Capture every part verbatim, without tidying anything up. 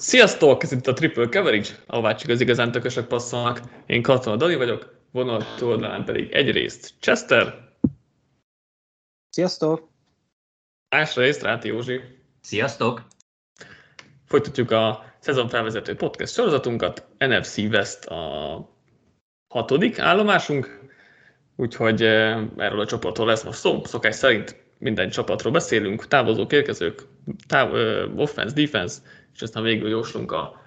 Sziasztok! Ez itt a Triple Coverage, ahová csak az igazán tökösök passzolnak. Én Katona Dani vagyok, vonal túloldalán pedig egyrészt Chester. Sziasztok! Másrészt Ráti Józsi. Sziasztok! Folytatjuk a szezonfelvezető podcast sorozatunkat. en ef cé West a hatodik állomásunk, úgyhogy erről a csoportról lesz most szó. Szokás szerint minden csapatról beszélünk, távozók, érkezők, táv, offense, defense, és aztán végül jóslunk a,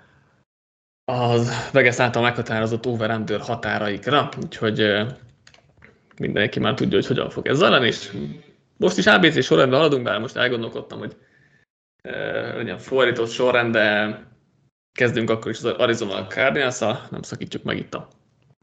az Vegas által meghatározott over-under határaikra, úgyhogy mindenki már tudja, hogy hogyan fog ez zajlani, és most is á bé cé sorrendben haladunk, bár most elgondolkodtam, hogy legyen fordított sorrend, de kezdünk akkor is az Arizona Cardinals-szal, nem szakítjuk meg itt a,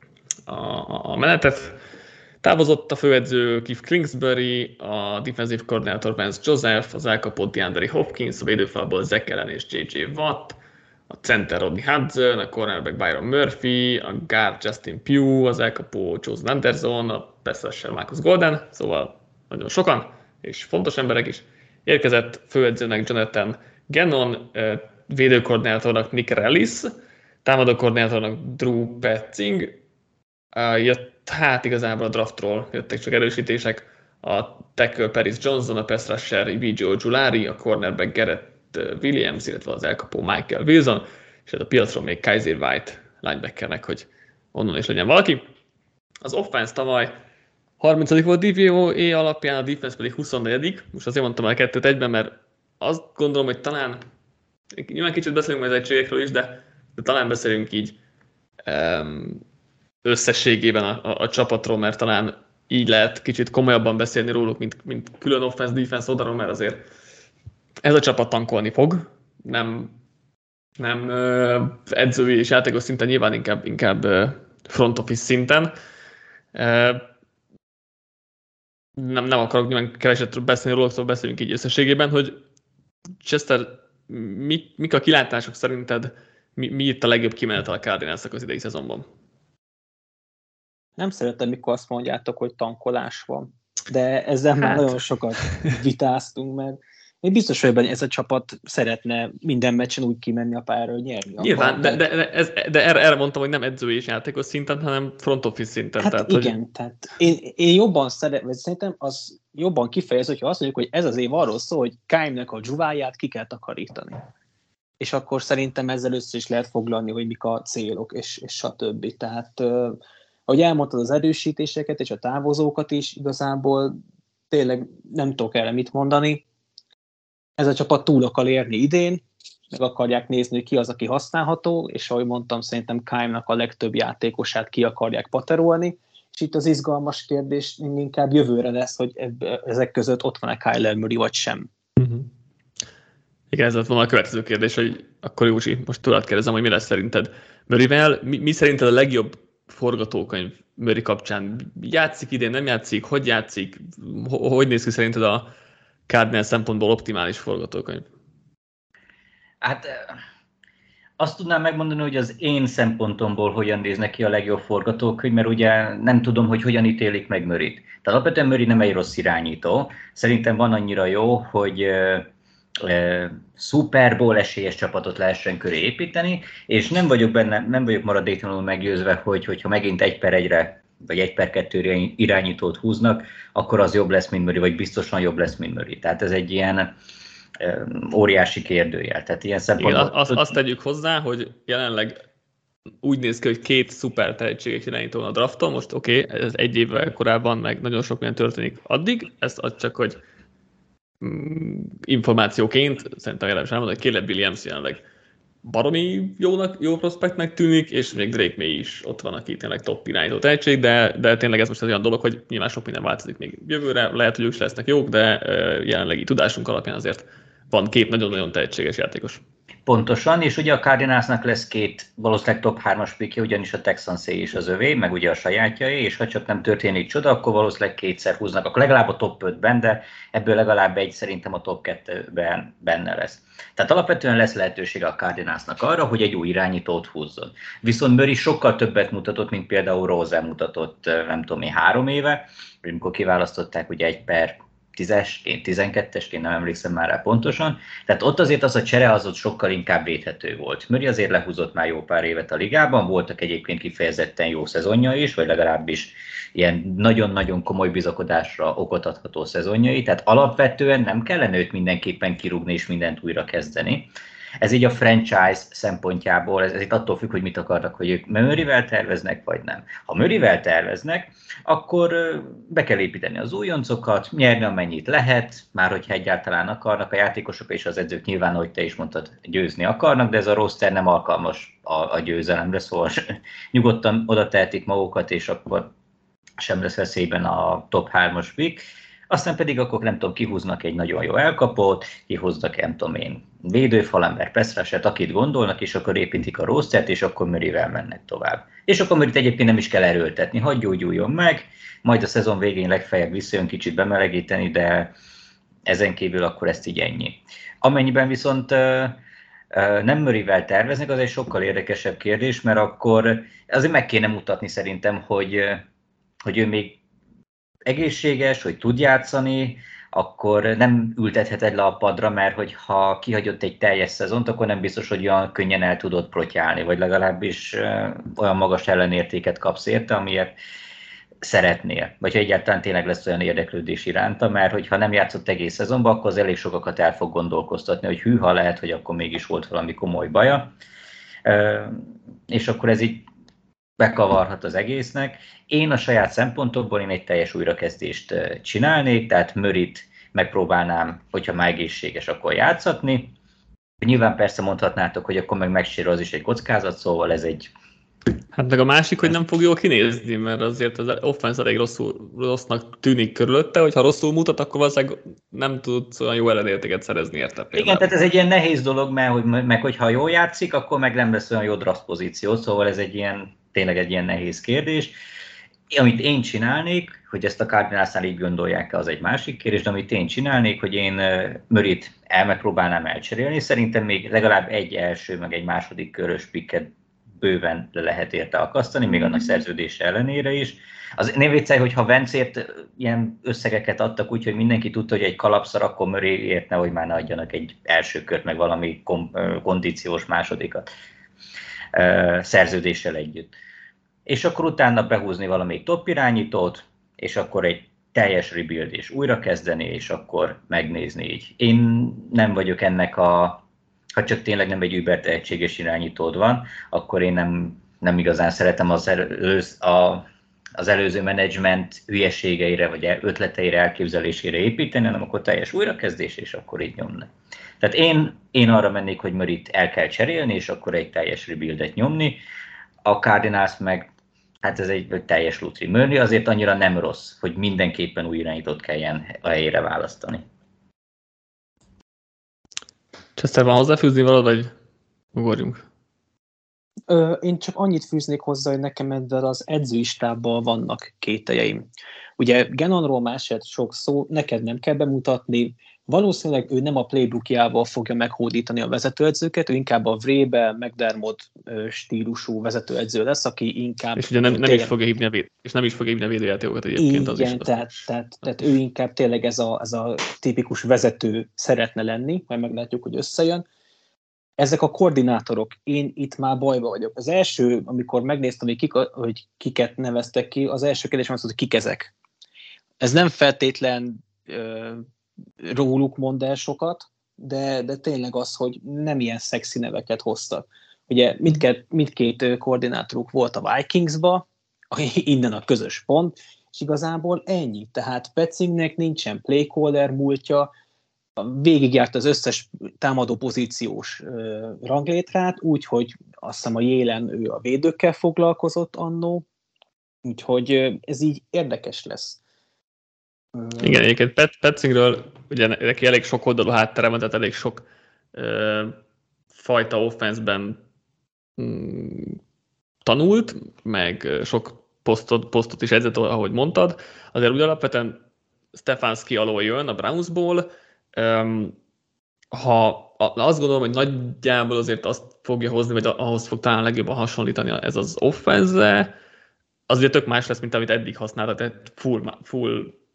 a, a menetet. Távozott a főedző Cliff Kingsbury, a defensive coordinator Vance Joseph, az elkapott DeAndre Hopkins, a védőfalból Zach Allen és jé jé Watt, a center Rodney Hudson, a cornerback Byron Murphy, a guard Justin Pugh, az elkapó Joseph Anderson, a pass rusher Marcus Golden, szóval nagyon sokan, és fontos emberek is. Érkezett főedzőnek Jonathan Gannon, védőkoordinátornak Nick Ellis, támadókoordinátornak Drew Petzing, jött hát igazából a draftról jöttek csak erősítések, a tackle Paris Johnson, a pass rusher Vigio Giulari, a cornerback Garrett Williams, illetve az elkapó Michael Wilson, és a piacról még Kaiser White linebackernek, hogy onnan is legyen valaki. Az offense tavaly harmincadik volt dé vé o á alapján, a defense pedig huszonnegyedik Most azért mondtam el kettőt egyben, mert azt gondolom, hogy talán, nyilván kicsit beszélünk majd az egységekről is, de, de talán beszélünk így um, összességében a, a, a csapatról, mert talán így lehet kicsit komolyabban beszélni róluk, mint, mint külön offense-defense oldalról, mert azért ez a csapat tankolni fog, nem, nem uh, edzői és játékos szinten, nyilván inkább, inkább uh, front office szinten. Uh, nem, nem akarok nyilván keveset beszélni róluk, szóval beszélünk így összességében, hogy Chester, mi, mik a kilátások szerinted, mi, mi itt a legjobb kimenetel a Cardinalsnak az idei szezonban? Nem szeretem, mikor azt mondjátok, hogy tankolás van, de ezzel hát. már nagyon sokat vitáztunk, mert én biztos vagyok benne, ez a csapat szeretne minden meccsen úgy kimenni a pályára, hogy nyerni. Nyilván, de, de, de, ez, de erre, erre mondtam, hogy nem edzői és játékos szinten, hanem front office szinten. Hát tehát, igen, hogy... tehát én, én jobban szeretem, szerintem az jobban kifejez, hogyha azt mondjuk, hogy ez az év arról szól, hogy Keimnek a dzsuváját ki kell takarítani. És akkor szerintem ezzel össze is lehet foglalni, hogy mik a célok, és, és stb. Tehát ahogy elmondtad az erősítéseket és a távozókat is, igazából tényleg nem tudok erre mit mondani. Ez a csapat túl akar érni idén, meg akarják nézni, hogy ki az, aki használható, és ahogy mondtam, szerintem Keimnak a legtöbb játékosát ki akarják paterolni, és itt az izgalmas kérdés inkább jövőre lesz, hogy ezek között ott van-e Kyler Murray, vagy sem. Uh-huh. Igen, ez lett volna a következő kérdés, hogy akkor Józsi, most tőled kérdezem, hogy mi lesz szerinted Murrayvel, mi, mi szerinted a legjobb forgatókönyv Murray kapcsán? Játszik idén, nem játszik? Hogy játszik? Hogy néz ki szerinted a Cardinals szempontból optimális forgatókönyv? Hát azt tudnám megmondani, hogy az én szempontomból hogyan néz neki a legjobb forgatókönyv, mert ugye nem tudom, hogy hogyan ítélik meg Murrayt. Tehát alapvetően Murray nem egy rossz irányító. Szerintem van annyira jó, hogy e, e, Super Bowl esélyes csapatot lehessen köré építeni, és nem vagyok benne, nem vagyok maradéktalanul meggyőzve, hogy hogyha megint egy per egyre vagy egy per kettőre irányítót húznak, akkor az jobb lesz, mint Murray, vagy biztosan jobb lesz, mint Murray. Tehát ez egy ilyen e, óriási kérdőjel. Tehát ilyen szempontból... Igen, azt, azt tegyük hozzá, hogy jelenleg úgy néz ki, hogy két szuper tehetséges irányító van a drafton, most oké, okay, ez egy évvel korábban, meg nagyon sok minden történik addig, ezt az csak, hogy mm, információként, szerintem jelentős elmondani, hogy Caleb Williams jelenleg baromi jónak, jó prospektnek tűnik, és még Drake May is ott van, aki tényleg top irányító tehetség, de, de tényleg ez most az olyan dolog, hogy nyilván sok minden változik még jövőre, lehet, hogy ők is lesznek jók, de uh, jelenlegi tudásunk alapján azért van két nagyon-nagyon tehetséges játékos. Pontosan, és ugye a Cardinalsnak lesz két valószínűleg top hármas pickje, ugyanis a Texansé is az övé, meg ugye a sajátjai, és ha csak nem történik csoda, akkor valószínűleg kétszer húznak, akkor legalább a top ötben, de ebből legalább egy szerintem a top kettőben benne lesz. Tehát alapvetően lesz lehetősége a Cardinalsnak arra, hogy egy új irányítót húzzon. Viszont Murray sokkal többet mutatott, mint például Rosen mutatott, nem tudom én, három éve, amikor kiválasztották ugye egy per tízesként, tizenkettesként, nem emlékszem már rá pontosan. Tehát ott azért az a csere az ott sokkal inkább védhető volt. Murray azért lehúzott már jó pár évet a ligában, voltak egyébként kifejezetten jó szezonja is, vagy legalábbis ilyen nagyon-nagyon komoly bizakodásra okot adható szezonjai, tehát alapvetően nem kellene őt mindenképpen kirúgni és mindent újra kezdeni. Ez így a franchise szempontjából, ez, ez itt attól függ, hogy mit akarnak, hogy ők Murrayvel terveznek, vagy nem. Ha Murrayvel terveznek, akkor be kell építeni az újoncokat, nyerni amennyit lehet, már hogyha egyáltalán akarnak, a játékosok és az edzők nyilván, ahogy te is mondtad, győzni akarnak, de ez a roster nem alkalmas a, a győzelemre, szóval nyugodtan oda tehetik magukat, és akkor sem lesz veszélyben a top hármas pick. Aztán pedig akkor nem tudom, kihúznak egy nagyon jó elkapót, kihúznak, nem tudom én, védőfalember, Pestraset, akit gondolnak, és akkor építik a rostert, és akkor Murrayvel mennek tovább. És akkor Murrayt egyébként nem is kell erőltetni, hadd gyógyuljon meg, majd a szezon végén legfeljebb visszajön kicsit bemelegíteni, de ezen kívül akkor ezt így ennyi. Amennyiben viszont uh, uh, nem Murrayvel terveznek, az egy sokkal érdekesebb kérdés, mert akkor azért meg kéne mutatni szerintem, hogy, uh, hogy ő még egészséges, hogy tud játszani, akkor nem ültetheted le a padra, mert hogyha kihagyott egy teljes szezont, akkor nem biztos, hogy olyan könnyen el tudod protyálni, vagy legalábbis olyan magas ellenértéket kapsz érte, amiért szeretnél. Vagy ha egyáltalán tényleg lesz olyan érdeklődés iránta, mert hogyha nem játszott egész szezonban, akkor az elég sokakat el fog gondolkoztatni, hogy hűha, lehet, hogy akkor mégis volt valami komoly baja. És akkor ez így bekavarhat az egésznek. Én a saját szempontokból én egy teljes újrakezdést csinálnék, tehát Murrayt megpróbálnám, hogyha már egészséges, akkor játszatni. Nyilván persze mondhatnátok, hogy akkor meg megsérül, az is egy kockázat, szóval ez egy... Hát meg a másik, hogy nem fog jól kinézni, mert azért az offense elég rosszul, rossznak tűnik körülötte, hogyha rosszul mutat, akkor valószínűleg nem tudsz olyan jó ellenértéket szerezni érte például. Igen, tehát ez egy ilyen nehéz dolog, mert hogy, meg hogyha jól játszik, akkor meg nem lesz olyan jó draft pozíció, szóval ez egy ilyen, tényleg egy ilyen nehéz kérdés. Amit én csinálnék, hogy ezt a Cardinalsnál így gondolják, az egy másik kérdés, de amit én csinálnék, hogy én Murrayt el megpróbálnám elcserélni, szerintem még legalább egy első, meg egy második körös picket bőven le lehet érte akasztani, még annak szerződése ellenére is. Az nem viccelj, hogyha Vencért ilyen összegeket adtak úgy, hogy mindenki tudta, hogy egy kalapszar, akkor Murrayért ne, hogy már ne adjanak egy első kört, meg valami kom- kondíciós másodikat szerződéssel együtt. És akkor utána behúzni valami top irányítót, és akkor egy teljes rebuild és újra kezdeni, és akkor megnézni így. Én nem vagyok ennek a, ha csak tényleg nem egy über tehetséges irányítód van, akkor én nem, nem igazán szeretem az, előz, a, az előző menedzsment hülyeségeire, vagy ötleteire, elképzelésére építeni, hanem akkor teljes újrakezdés, és akkor így nyomni. Tehát én, én arra mennék, hogy Murrayt el kell cserélni, és akkor egy teljes rebuildet nyomni. A Cardinals meg, hát ez egy teljes lutri. Murray azért annyira nem rossz, hogy mindenképpen új irányítót kelljen a helyére választani. Chester, van hozzáfűzni valad, vagy ugorjunk? Ö, én csak annyit fűznék hozzá, hogy nekem ezzel az edzői stábbal vannak kételjeim. Ugye Gannonról más sok szó, neked nem kell bemutatni, valószínűleg ő nem a playbookjával fogja meghódítani a vezetőedzőket, ő inkább a Vrabel, McDermott stílusú vezetőedző lesz, aki inkább... És ugye nem, nem, is, fogja hívni a véd, és nem is fogja hívni a védőjátékokat egyébként. Igen, az is tehát, tehát, tehát ő inkább tényleg ez a, ez a tipikus vezető szeretne lenni, majd meglátjuk, hogy összejön. Ezek a koordinátorok, én itt már bajba vagyok. Az első, amikor megnéztem, hogy, kik, hogy kiket neveztek ki, az első kérdés az, hogy kik ezek. Ez nem feltétlen ö, róluk mond el sokat, de, de tényleg az, hogy nem ilyen szexi neveket hoztak. Ugye mindkét, mindkét koordinátoruk volt a Vikingsba, innen a közös pont, és igazából ennyi. Tehát Petzingnek nincsen playcaller múltja, végigjárt az összes támadó pozíciós uh, ranglétrát, úgyhogy azt hiszem a Yale-en ő a védőkkel foglalkozott annó, úgyhogy uh, ez így érdekes lesz. Uh, Igen, egyébként Pet- Petzingről ugye neki elég sok oldalú háttere van, tehát elég sok uh, fajta offenszben um, tanult, meg sok posztot, posztot is edzett, ahogy mondtad. Azért úgy alapvetően Stefanski alól jön a Brownsból. Um, ha azt gondolom, hogy nagyjából azért azt fogja hozni, vagy ahhoz fog talán legjobban hasonlítani ez az offense, az ugye tök más lesz, mint amit eddig használta, tehát full, full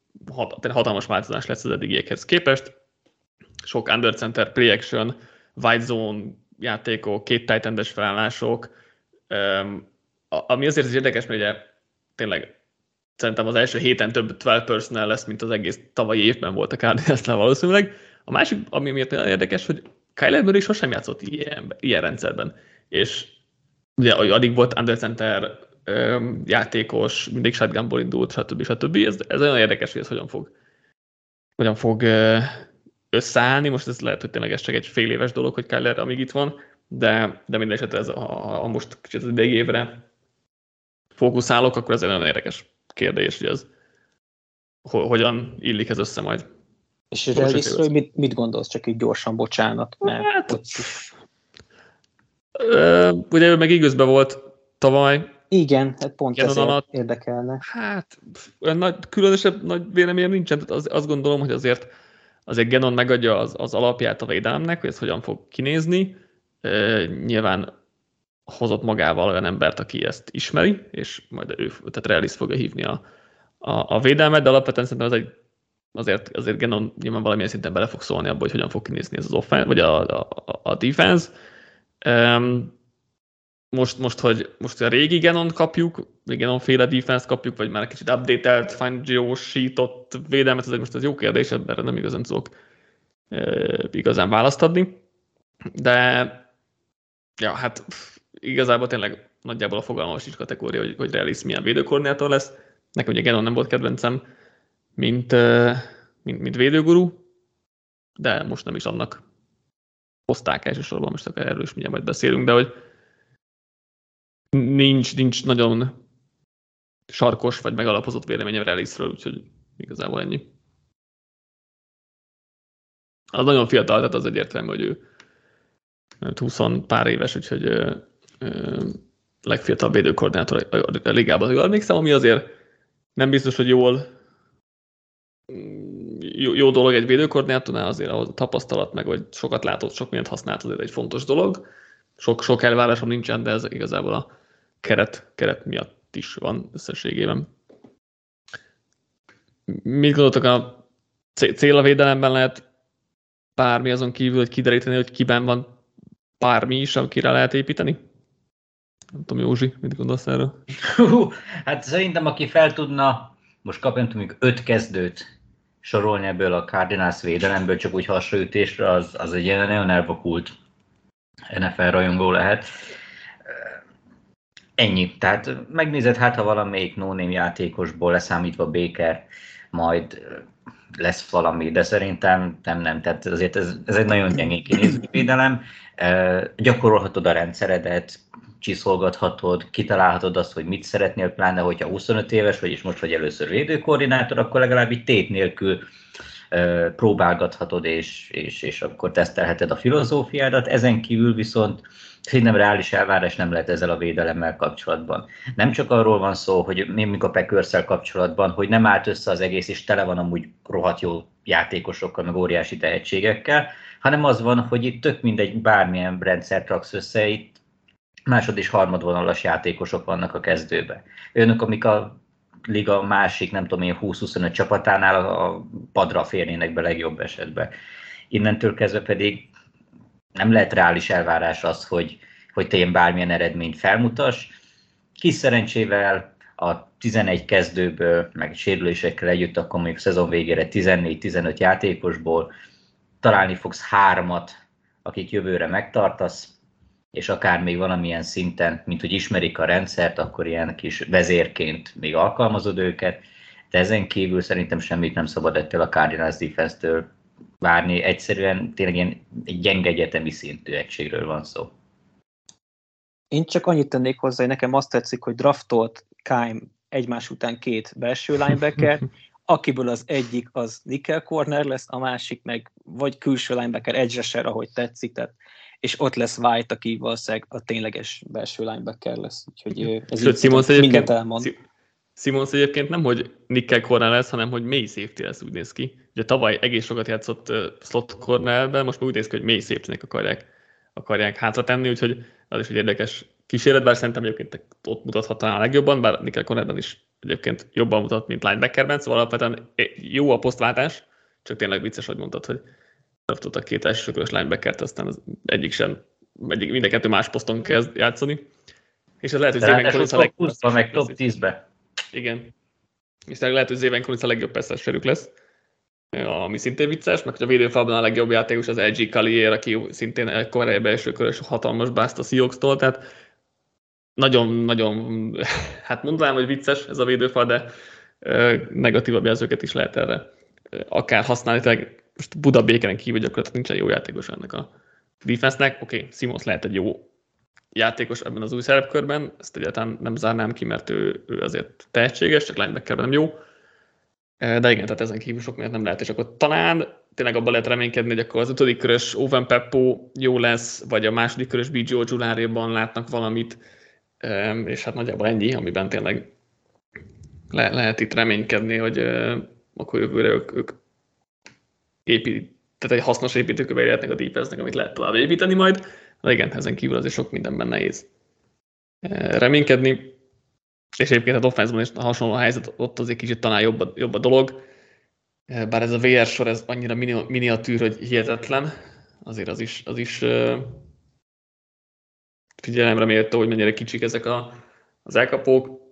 hat, hatalmas változás lesz az eddigiekhez képest. Sok under center, play action, wide zone játékok, két tight endes felállások, ami azért is érdekes, mert ugye tényleg szerintem az első héten több tizenkettő personnel lesz, mint az egész tavalyi évben volt a Cardinalsnál valószínűleg. A másik, ami miért nagyon érdekes, hogy Kyler Murray sosem játszott ilyen, ilyen rendszerben. És ugye addig volt under center játékos, mindig shotgunból indult, stb. stb. Ez, ez olyan érdekes, hogy ez hogyan fog, hogyan fog összeállni. Most ez lehet, hogy tényleg ez csak egy fél éves dolog, hogy Kyler amíg itt van, de, de minden esetre ez a, a most kicsit az idei évre fókuszálok, akkor ez egy nagyon érdekes kérdés, hogy ez hogyan illik ez össze majd. És Realisről mit, mit gondolsz? Csak így gyorsan, bocsánat. Mert hát, ö, ugye ő meg igazban volt tavaly. Igen, hát pont Genon ezért alatt érdekelne. Hát, olyan nagy, különösebb nagy véleményem nincsen. Az, azt gondolom, hogy azért, azért Genon megadja az, az alapját a védelemnek, hogy ez hogyan fog kinézni. E, nyilván hozott magával olyan embert, aki ezt ismeri, és majd ő, tehát Realis fogja hívni a, a, a védelmet, de alapvetően szerintem ez egy, azért, azért Genon nyilván valamilyen szinten bele fog szólni abba, hogy hogyan fog kinézni ez az offense, vagy a, a, a defense. Um, most, most, hogy most a régi Genon kapjuk, Genon-féle defense kapjuk, vagy már egy kicsit update-elt, Fangio-sított védelmet, ez most az jó kérdés, ebben nem igazán tudok e, igazán választ adni. De ja, hát igazából tényleg nagyjából a fogalmas is kategória, hogy, hogy Realis milyen védőkoordinátor lesz. Nekem ugye Genon nem volt kedvencem, mint, mint, mint védőguru, de most nem is annak hozták elsősorban, most akár erről is mindjárt majd beszélünk, de hogy nincs, nincs nagyon sarkos vagy megalapozott véleményem Realisről, úgyhogy igazából ennyi. Az nagyon fiatal, tehát az egyértelmű, hogy ő húsz pár éves, úgyhogy ö, ö, legfiatalabb védőkoordinátor a, a ligában. Jól emlékszem, ami azért nem biztos, hogy jól jó, jó dolog egy védőkoordinátornál, azért a tapasztalat meg, hogy sokat látott, sok mindent használt, azért egy fontos dolog. Sok, sok elvárásom nincsen, de ez igazából a keret, keret miatt is van összességében. Mit gondoltok, a cél a védelemben lehet bármi azon kívül, hogy kideríteni, hogy kiben van bármi is, amire lehet építeni? Nem tudom, Józsi, mit gondolsz erről? Hú, hát szerintem, aki fel tudna, most kapjon tudjuk öt kezdőt sorolni ebből a Cardinals védelemből, csak úgy hasraütésre, az, az egy ilyen nagyon elvakult en ef el rajongó lehet. Ennyi. Tehát megnézed, hát ha valamelyik no-name játékosból leszámítva Baker, majd lesz valami, de szerintem nem, nem. Tehát azért ez, ez egy nagyon gyengén kinéző védelem. Gyakorolhatod a rendszeredet, csiszolgathatod, kitalálhatod azt, hogy mit szeretnél, pláne hogyha huszonöt éves vagy, és most vagy először védőkoordinátor, akkor legalább így tét nélkül uh, próbálgathatod, és, és, és akkor tesztelheted a filozófiádat. Ezen kívül viszont szerintem reális elvárás nem lehet ezzel a védelemmel kapcsolatban. Nem csak arról van szó, hogy még a Packers-szel kapcsolatban, hogy nem állt össze az egész, és tele van amúgy rohadt jó játékosokkal, meg óriási tehetségekkel, hanem az van, hogy itt tök mindegy, bármilyen rendszert raksz össze, itt másod- és harmadvonalas játékosok vannak a kezdőbe. Önök, amik a liga másik, nem tudom én, húsz-huszonöt csapatánál a padra férnének be legjobb esetben. Innentől kezdve pedig nem lehet reális elvárás az, hogy, hogy te ilyen bármilyen eredményt felmutass. Kis szerencsével a tizenegy kezdőből, meg sérülésekkel együtt, akkor mondjuk szezon végére tizennégy-tizenöt játékosból találni fogsz hármat, akik jövőre megtartasz, és akár még valamilyen szinten, mint hogy ismerik a rendszert, akkor ilyen kis vezérként még alkalmazod őket, de ezen kívül szerintem semmit nem szabad ettől a Cardinals defense-től várni, egyszerűen tényleg ilyen egy gyenge egyetemi szintű egységről van szó. Én csak annyit tennék hozzá, hogy nekem azt tetszik, hogy draftolt Keim egymás után két belső linebacker, akiből az egyik az nickel corner lesz, a másik meg vagy külső linebacker, edge rusher, ahogy tetszik, tehát, és ott lesz White, aki valószínűleg a tényleges belső linebacker lesz. Úgyhogy ez Sőt, Simons mindent elmond. Simons egyébként nem, hogy nickel corner lesz, hanem hogy mély safety lesz, úgy néz ki. Ugye tavaly egész sokat játszott uh, slot cornerben, most már úgy néz ki, hogy mély safety-nek akarják, akarják hátra tenni, úgyhogy az is egy érdekes kísérlet, bár szerintem egyébként ott mutathat talán a legjobban, bár nickel cornerben is egyébként jobban mutat, mint linebackerben, szóval alapvetően jó a posztváltás, csak tényleg vicces, hogy mondtad, hogy tartottak két elsőkörös linebackert, aztán az egyik sem, egyik, mind a kettő más poszton kezd játszani. És ez lehet, hogy Zayvon Collins a legjobb húszban, meg top tízbe. Igen. És lehet, hogy Zayvon Collins a legjobb pass-rusherük lesz, ami szintén vicces, meg hogy a védőfalban a legjobb játékos az el gé Collier, aki szintén korábbi elsőkörös hatalmas bászt a Seahawks-tól, tehát nagyon-nagyon, hát mondanám, hogy vicces ez a védőfal, de negatívabb jelzőket is lehet erre akár használni. Tehát most Buda Bakeren kívül gyakorlatilag nincsen jó játékos ennek a defense-nek. Oké, okay, Simons lehet egy jó játékos ebben az új szerepkörben, ezt egyáltalán nem zárnám ki, mert ő, ő azért tehetséges, csak linebackerben nem jó. De igen, tehát ezen kívül sok miatt nem lehet, és akkor talán tényleg abban lehet reménykedni, hogy akkor az ötödik körös Owen Peppo jó lesz, vagy a második körös B J Ojulariban látnak valamit, és hát nagyjából ennyi, amiben tényleg le- lehet itt reménykedni, hogy akkor jövőre ők, ők épít, tehát egy hasznos építőkövé lehetnek a defense-nek, amit lehet tovább építeni majd. De igen, ezen kívül azért sok mindenben nehéz reménykedni. És egyébként az offense-ban is hasonló a helyzet, ott azért kicsit talán jobb a, jobb a dolog. Bár ez a vé er sor, ez annyira mini, miniatűr, hogy hihetetlen. Azért az is, az is uh, figyelemre méltó, hogy mennyire kicsik ezek a, az elkapók.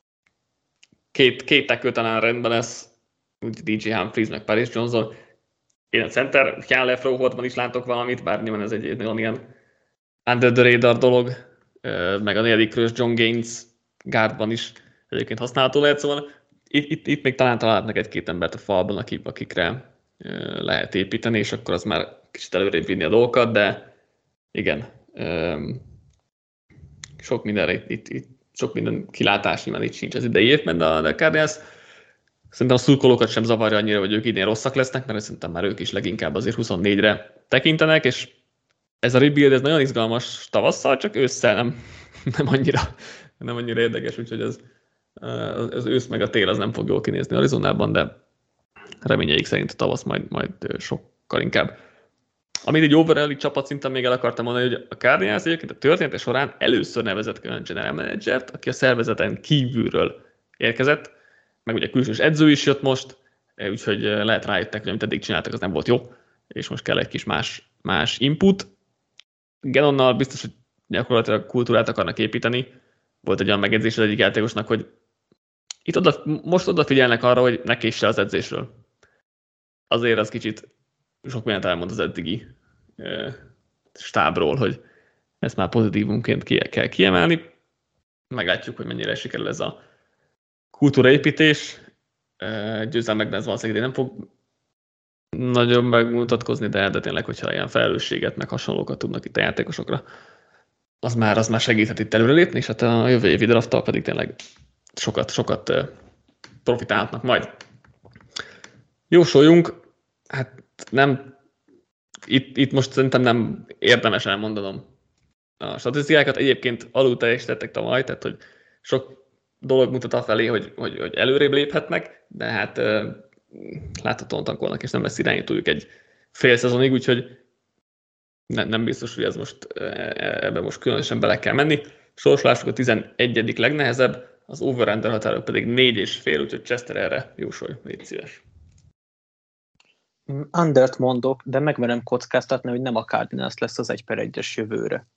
Két, két tackle talán rendben lesz, úgy dé jé Humphries, meg Paris Johnson. Én a center, Jan Lefroy-ban is látok valamit, bár nyilván ez egy, egy nagyon ilyen under the radar dolog, uh, meg a negyedik körös John Gaines guardban is egyébként használható lehet, szóval itt, itt, itt még talán találhatnak egy-két embert a falban, akik, akikre uh, lehet építeni, és akkor az már kicsit előrébb vinni a dolgokat, de igen, um, sok mindenre itt, itt, itt sok minden kilátás nyilván itt sincs az idei évben, de a Cardinals szerintem a szurkolókat sem zavarja annyira, hogy ők idén rosszak lesznek, mert szerintem már ők is leginkább azért huszonnégyre tekintenek, és ez a rebuild, ez nagyon izgalmas tavasszal, csak ősszel nem, nem, annyira, nem annyira érdekes, úgyhogy ez, az ősz meg a tél az nem fog jól kinézni Arizonában, de reményeik szerint a tavasz majd, majd sokkal inkább. Amit egy overall csapat szinten még el akartam mondani, hogy a Cardinals egyébként a története során először nevezett olyan general managert, aki a szervezeten kívülről érkezett, meg ugye külsős edző is jött most, úgyhogy lehet rájöttek, hogy amit eddig csináltak, az nem volt jó, és most kell egy kis más, más input. Gannonnal biztos, hogy gyakorlatilag kultúrát akarnak építeni. Volt egy olyan megjegyzés az egyik játékosnak, hogy itt oda, most odafigyelnek arra, hogy ne késse az edzésről. Azért az kicsit sok mindent elmond az eddigi e, stábról, hogy ezt már pozitívunként ki kell kiemelni. Meglátjuk, hogy mennyire sikerül ez a kultúraépítés. E, győzelmekben ez valószínűleg nem fog nagyon megmutatkozni, de, de tényleg, hogyha ilyen felelősséget, meg hasonlókat tudnak itt a játékosokra, az már, az már segíthet itt előrelépni, és hát a jövő évi drafttal pedig tényleg sokat, sokat profitálhatnak majd. Jósoljunk, hát nem, itt, itt most szerintem nem érdemes elmondanom a statisztikákat. Egyébként alul teljesítettek tavaly, tehát hogy sok dolog mutat afelé, hogy, hogy, hogy előrébb léphetnek, de hát láthatóan tankolnak, és nem lesz irányítójuk egy fél szezonig, úgyhogy ne, nem biztos, hogy ez most ebben most különösen bele kell menni. Sorsolásuk a tizenegyedik legnehezebb, az over-under határok pedig négy és fél, úgyhogy Chester erre jósolj, légy szíves. Undert mondok, de megmerem kockáztatni, hogy nem a Cardinals lesz az egy per egyes jövőre.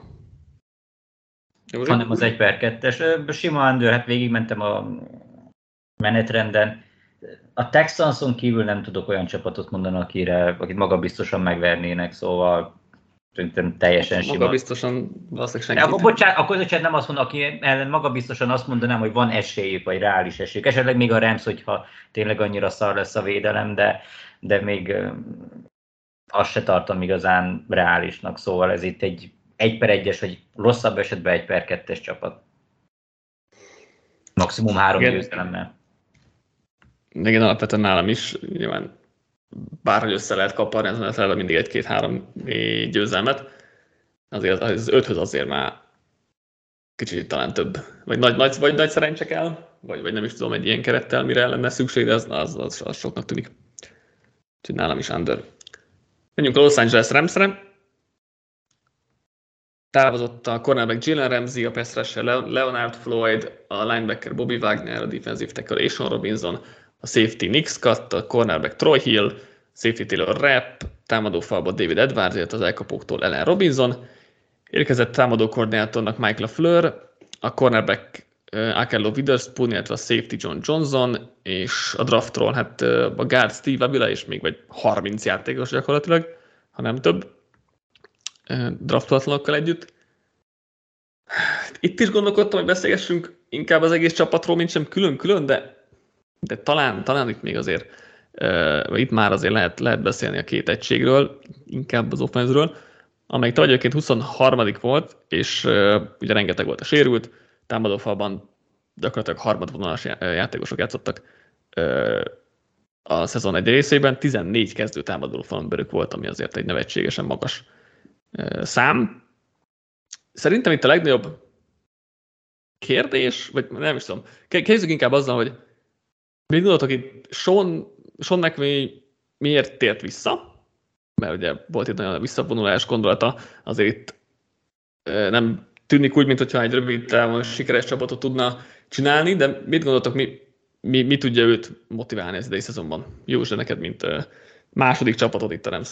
Józsi? Hanem az egy per kettes. Sima under, hát végigmentem a menetrenden. A Texanson kívül nem tudok olyan csapatot mondani, akire, akit magabiztosan megvernének, szóval szerintem teljesen sima. Magabiztosan valószínűleg senki. Akkor bocsánat, akkor bocsánat, nem azt mondom, aki ellen magabiztosan azt mondanám, hogy van esélyük, vagy reális esélyük. Esetleg még a Rams, hogyha tényleg annyira szar lesz a védelem, de, de még azt se tartom igazán reálisnak, szóval ez itt egy egy per egyes, vagy rosszabb esetben egy per kettes csapat. Maximum három győzelemmel. Igen, alapvetően nálam is, nyilván bárhogy össze lehet kaparni, ezen felve mindig egy-két-három győzelmet. Azért az öthöz azért már kicsit talán több. Vagy nagy, nagy, vagy nagy szerencse kell, vagy, vagy nem is tudom, egy ilyen kerettel mire lenne szükség, de az, az, az, az soknak tűnik. Úgyhogy nálam is under. Menjünk a Los Angeles Ramsre. távozott a cornerback Jalen Ramsey, a pass rusher Leonard Floyd, a linebacker Bobby Wagner, a defensive tackle Ashon Robinson, a safety Nick Scott, a cornerback Troy Hill, safety Taylor Rapp, támadó falba David Edwards, illetve az elkapóktól Allen Robinson, érkezett támadó koordinátornak Mike LaFleur, a cornerback uh, Akello Witherspoon, illetve a safety John Johnson, és a draftról hát uh, a guard Steve Avila, és még vagy harminc játékos gyakorlatilag, ha nem több, uh, draftolatlanokkal együtt. Itt is gondolkodtam, hogy beszélgessünk inkább az egész csapatról, mint sem külön-külön, de, de talán, talán itt még azért, uh, itt már azért lehet, lehet beszélni a két egységről, inkább az offense-ről, amelyik tavaly egyébként huszonharmadik volt, és uh, ugye rengeteg volt a sérült, támadófalban gyakorlatilag harmadvonalas játékosok játszottak uh, a szezon egy részében, tizennégy kezdő támadófalon belük volt, ami azért egy nevetségesen magas uh, szám. Szerintem itt a legnagyobb kérdés, vagy nem is tudom, kezdjük inkább azzal, hogy mit gondoltok itt, Sean, Sean McVay miért tért vissza? Mert ugye volt itt nagyon visszavonulás gondolata, azért itt nem tűnik úgy, mintha egy rövid távon sikeres csapatot tudna csinálni, de mit gondoltok, mi, mi, mi tudja őt motiválni az idei szezonban? József, neked, mint második csapatod itt a Rams.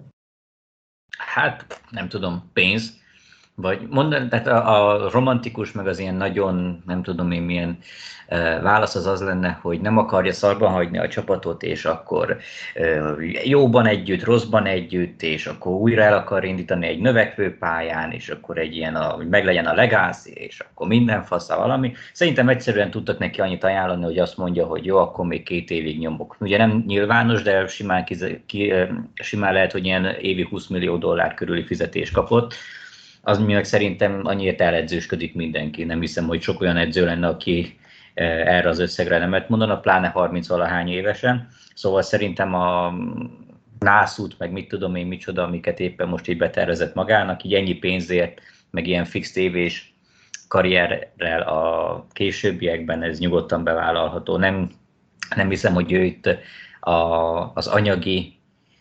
Hát, nem tudom, pénz. Vagy mondani, tehát a, a romantikus, meg az ilyen nagyon, nem tudom én milyen e, válasz az az lenne, hogy nem akarja szarban hagyni a csapatot, és akkor e, jóban együtt, rosszban együtt, és akkor újra el akar indítani egy növekvő pályán, és akkor egy ilyen, a, hogy meglegyen a legacy, és akkor minden fasza valami. Szerintem egyszerűen tudtak neki annyit ajánlani, hogy azt mondja, hogy jó, akkor még két évig nyomok. Ugye nem nyilvános, de simán, ki, ki, simán lehet, hogy ilyen évi húsz millió dollár körüli fizetés kapott. Az miatt szerintem annyira eledzősködik mindenki. Nem hiszem, hogy sok olyan edző lenne, aki erre az összegre nemet mondana, pláne harminc-valahány évesen. Szóval szerintem a nászút, meg mit tudom én micsoda, amiket éppen most így betervezett magának, így ennyi pénzért, meg ilyen fix tévés karrierrel a későbbiekben ez nyugodtan bevállalható. Nem, nem hiszem, hogy ő itt a, az anyagi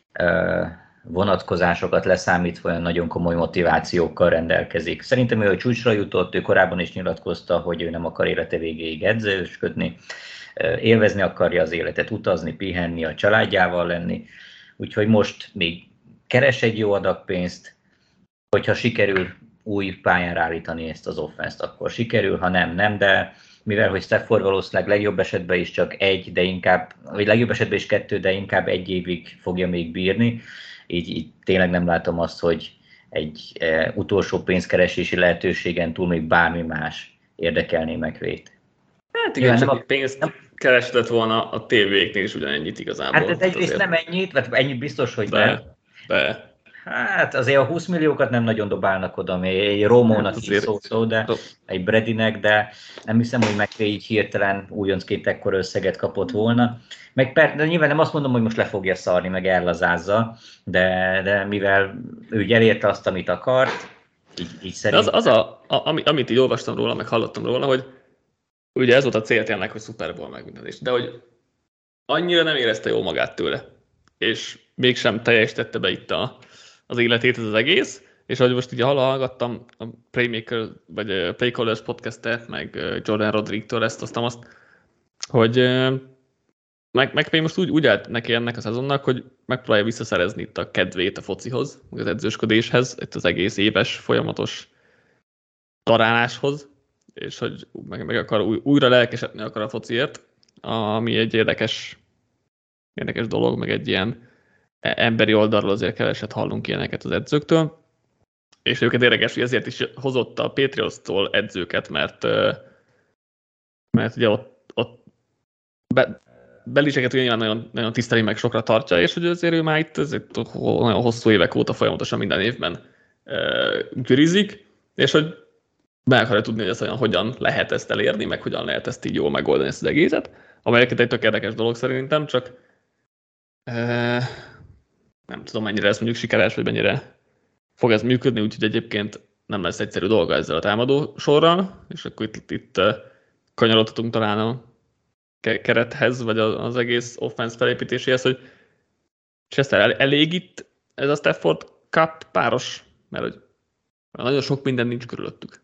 vonatkozásokat leszámítva olyan nagyon komoly motivációkkal rendelkezik. Szerintem ő a csúcsra jutott, ő korábban is nyilatkozta, hogy ő nem akar élete végéig edzősködni, élvezni akarja az életet, utazni, pihenni, a családjával lenni, úgyhogy most még keres egy jó adag pénzt, hogyha sikerül új pályára állítani ezt az offenszt, akkor sikerül, ha nem, nem, de mivel hogy Stafford valószínűleg legjobb esetben is csak egy, de inkább, vagy legjobb esetben is kettő, de inkább egy évig fogja még bírni, Így, így tényleg nem látom azt, hogy egy e, utolsó pénzkeresési lehetőségen túl még bármi más érdekelné McVayt. Hát igen, csak a pénzt nem keresett volna a tévéknél is ugyanennyit igazából. Hát egyrészt azért... nem ennyit, vagy ennyit biztos, hogy de, nem. De. Hát azért a húsz milliókat nem nagyon dobálnak oda, még egy Romónak hát is szó-szó, de egy Bradynek, de nem hiszem, hogy McVay így hirtelen újoncként ekkora összeget kapott volna. Meg per, de nyilván nem azt mondom, hogy most le fogja szarni, meg ellazázza, de, de mivel ő elérte azt, amit akart, így, így szerintem... Az, az a, a, amit, amit így olvastam róla, meg hallottam róla, hogy ugye ez volt a cél tényleg, hogy Super Bowl meg minden is, de hogy annyira nem érezte jól magát tőle, és mégsem teljesítette be itt a, az életét ez az egész, és ahogy most így hallgattam a Playmaker, vagy a Playcallers podcastet, meg Jordan Rodriguez-től ezt, aztán azt, hogy meg, meg most úgy, úgy állt neki ennek a szezonnak, hogy megpróbálja visszaszerezni itt a kedvét a focihoz, az edzősködéshez, itt az egész éves folyamatos daráláshoz, és hogy meg, meg akar új, újra lelkesedni akar a fociért, ami egy érdekes, érdekes dolog, meg egy ilyen emberi oldalról azért keveset hallunk ilyeneket az edzőktől, és őket érdekes, hogy ezért is hozott a Patriots-tól edzőket, mert, mert ugye ott, ott be, Belichicket nyilván nagyon, nagyon tiszteli, meg sokra tartja, és hogy azért ő már itt azért nagyon hosszú évek óta folyamatosan minden évben gürizik, és hogy meg akarja tudni, hogy ezt olyan hogyan lehet ezt elérni, meg hogyan lehet ezt így jól megoldani ezt az egészet, amelyeket egy tök érdekes dolog szerintem, csak e, nem tudom, mennyire lesz mondjuk sikeres, vagy mennyire fog ez működni, úgyhogy egyébként nem lesz egyszerű dolga ezzel a támadó sorral, és akkor itt, itt kanyarodhatunk talán a kerethez, vagy az egész offense felépítéséhez, hogy Chester, elég itt ez a Stafford Cup páros? Mert hogy Nagyon sok minden nincs körülöttük.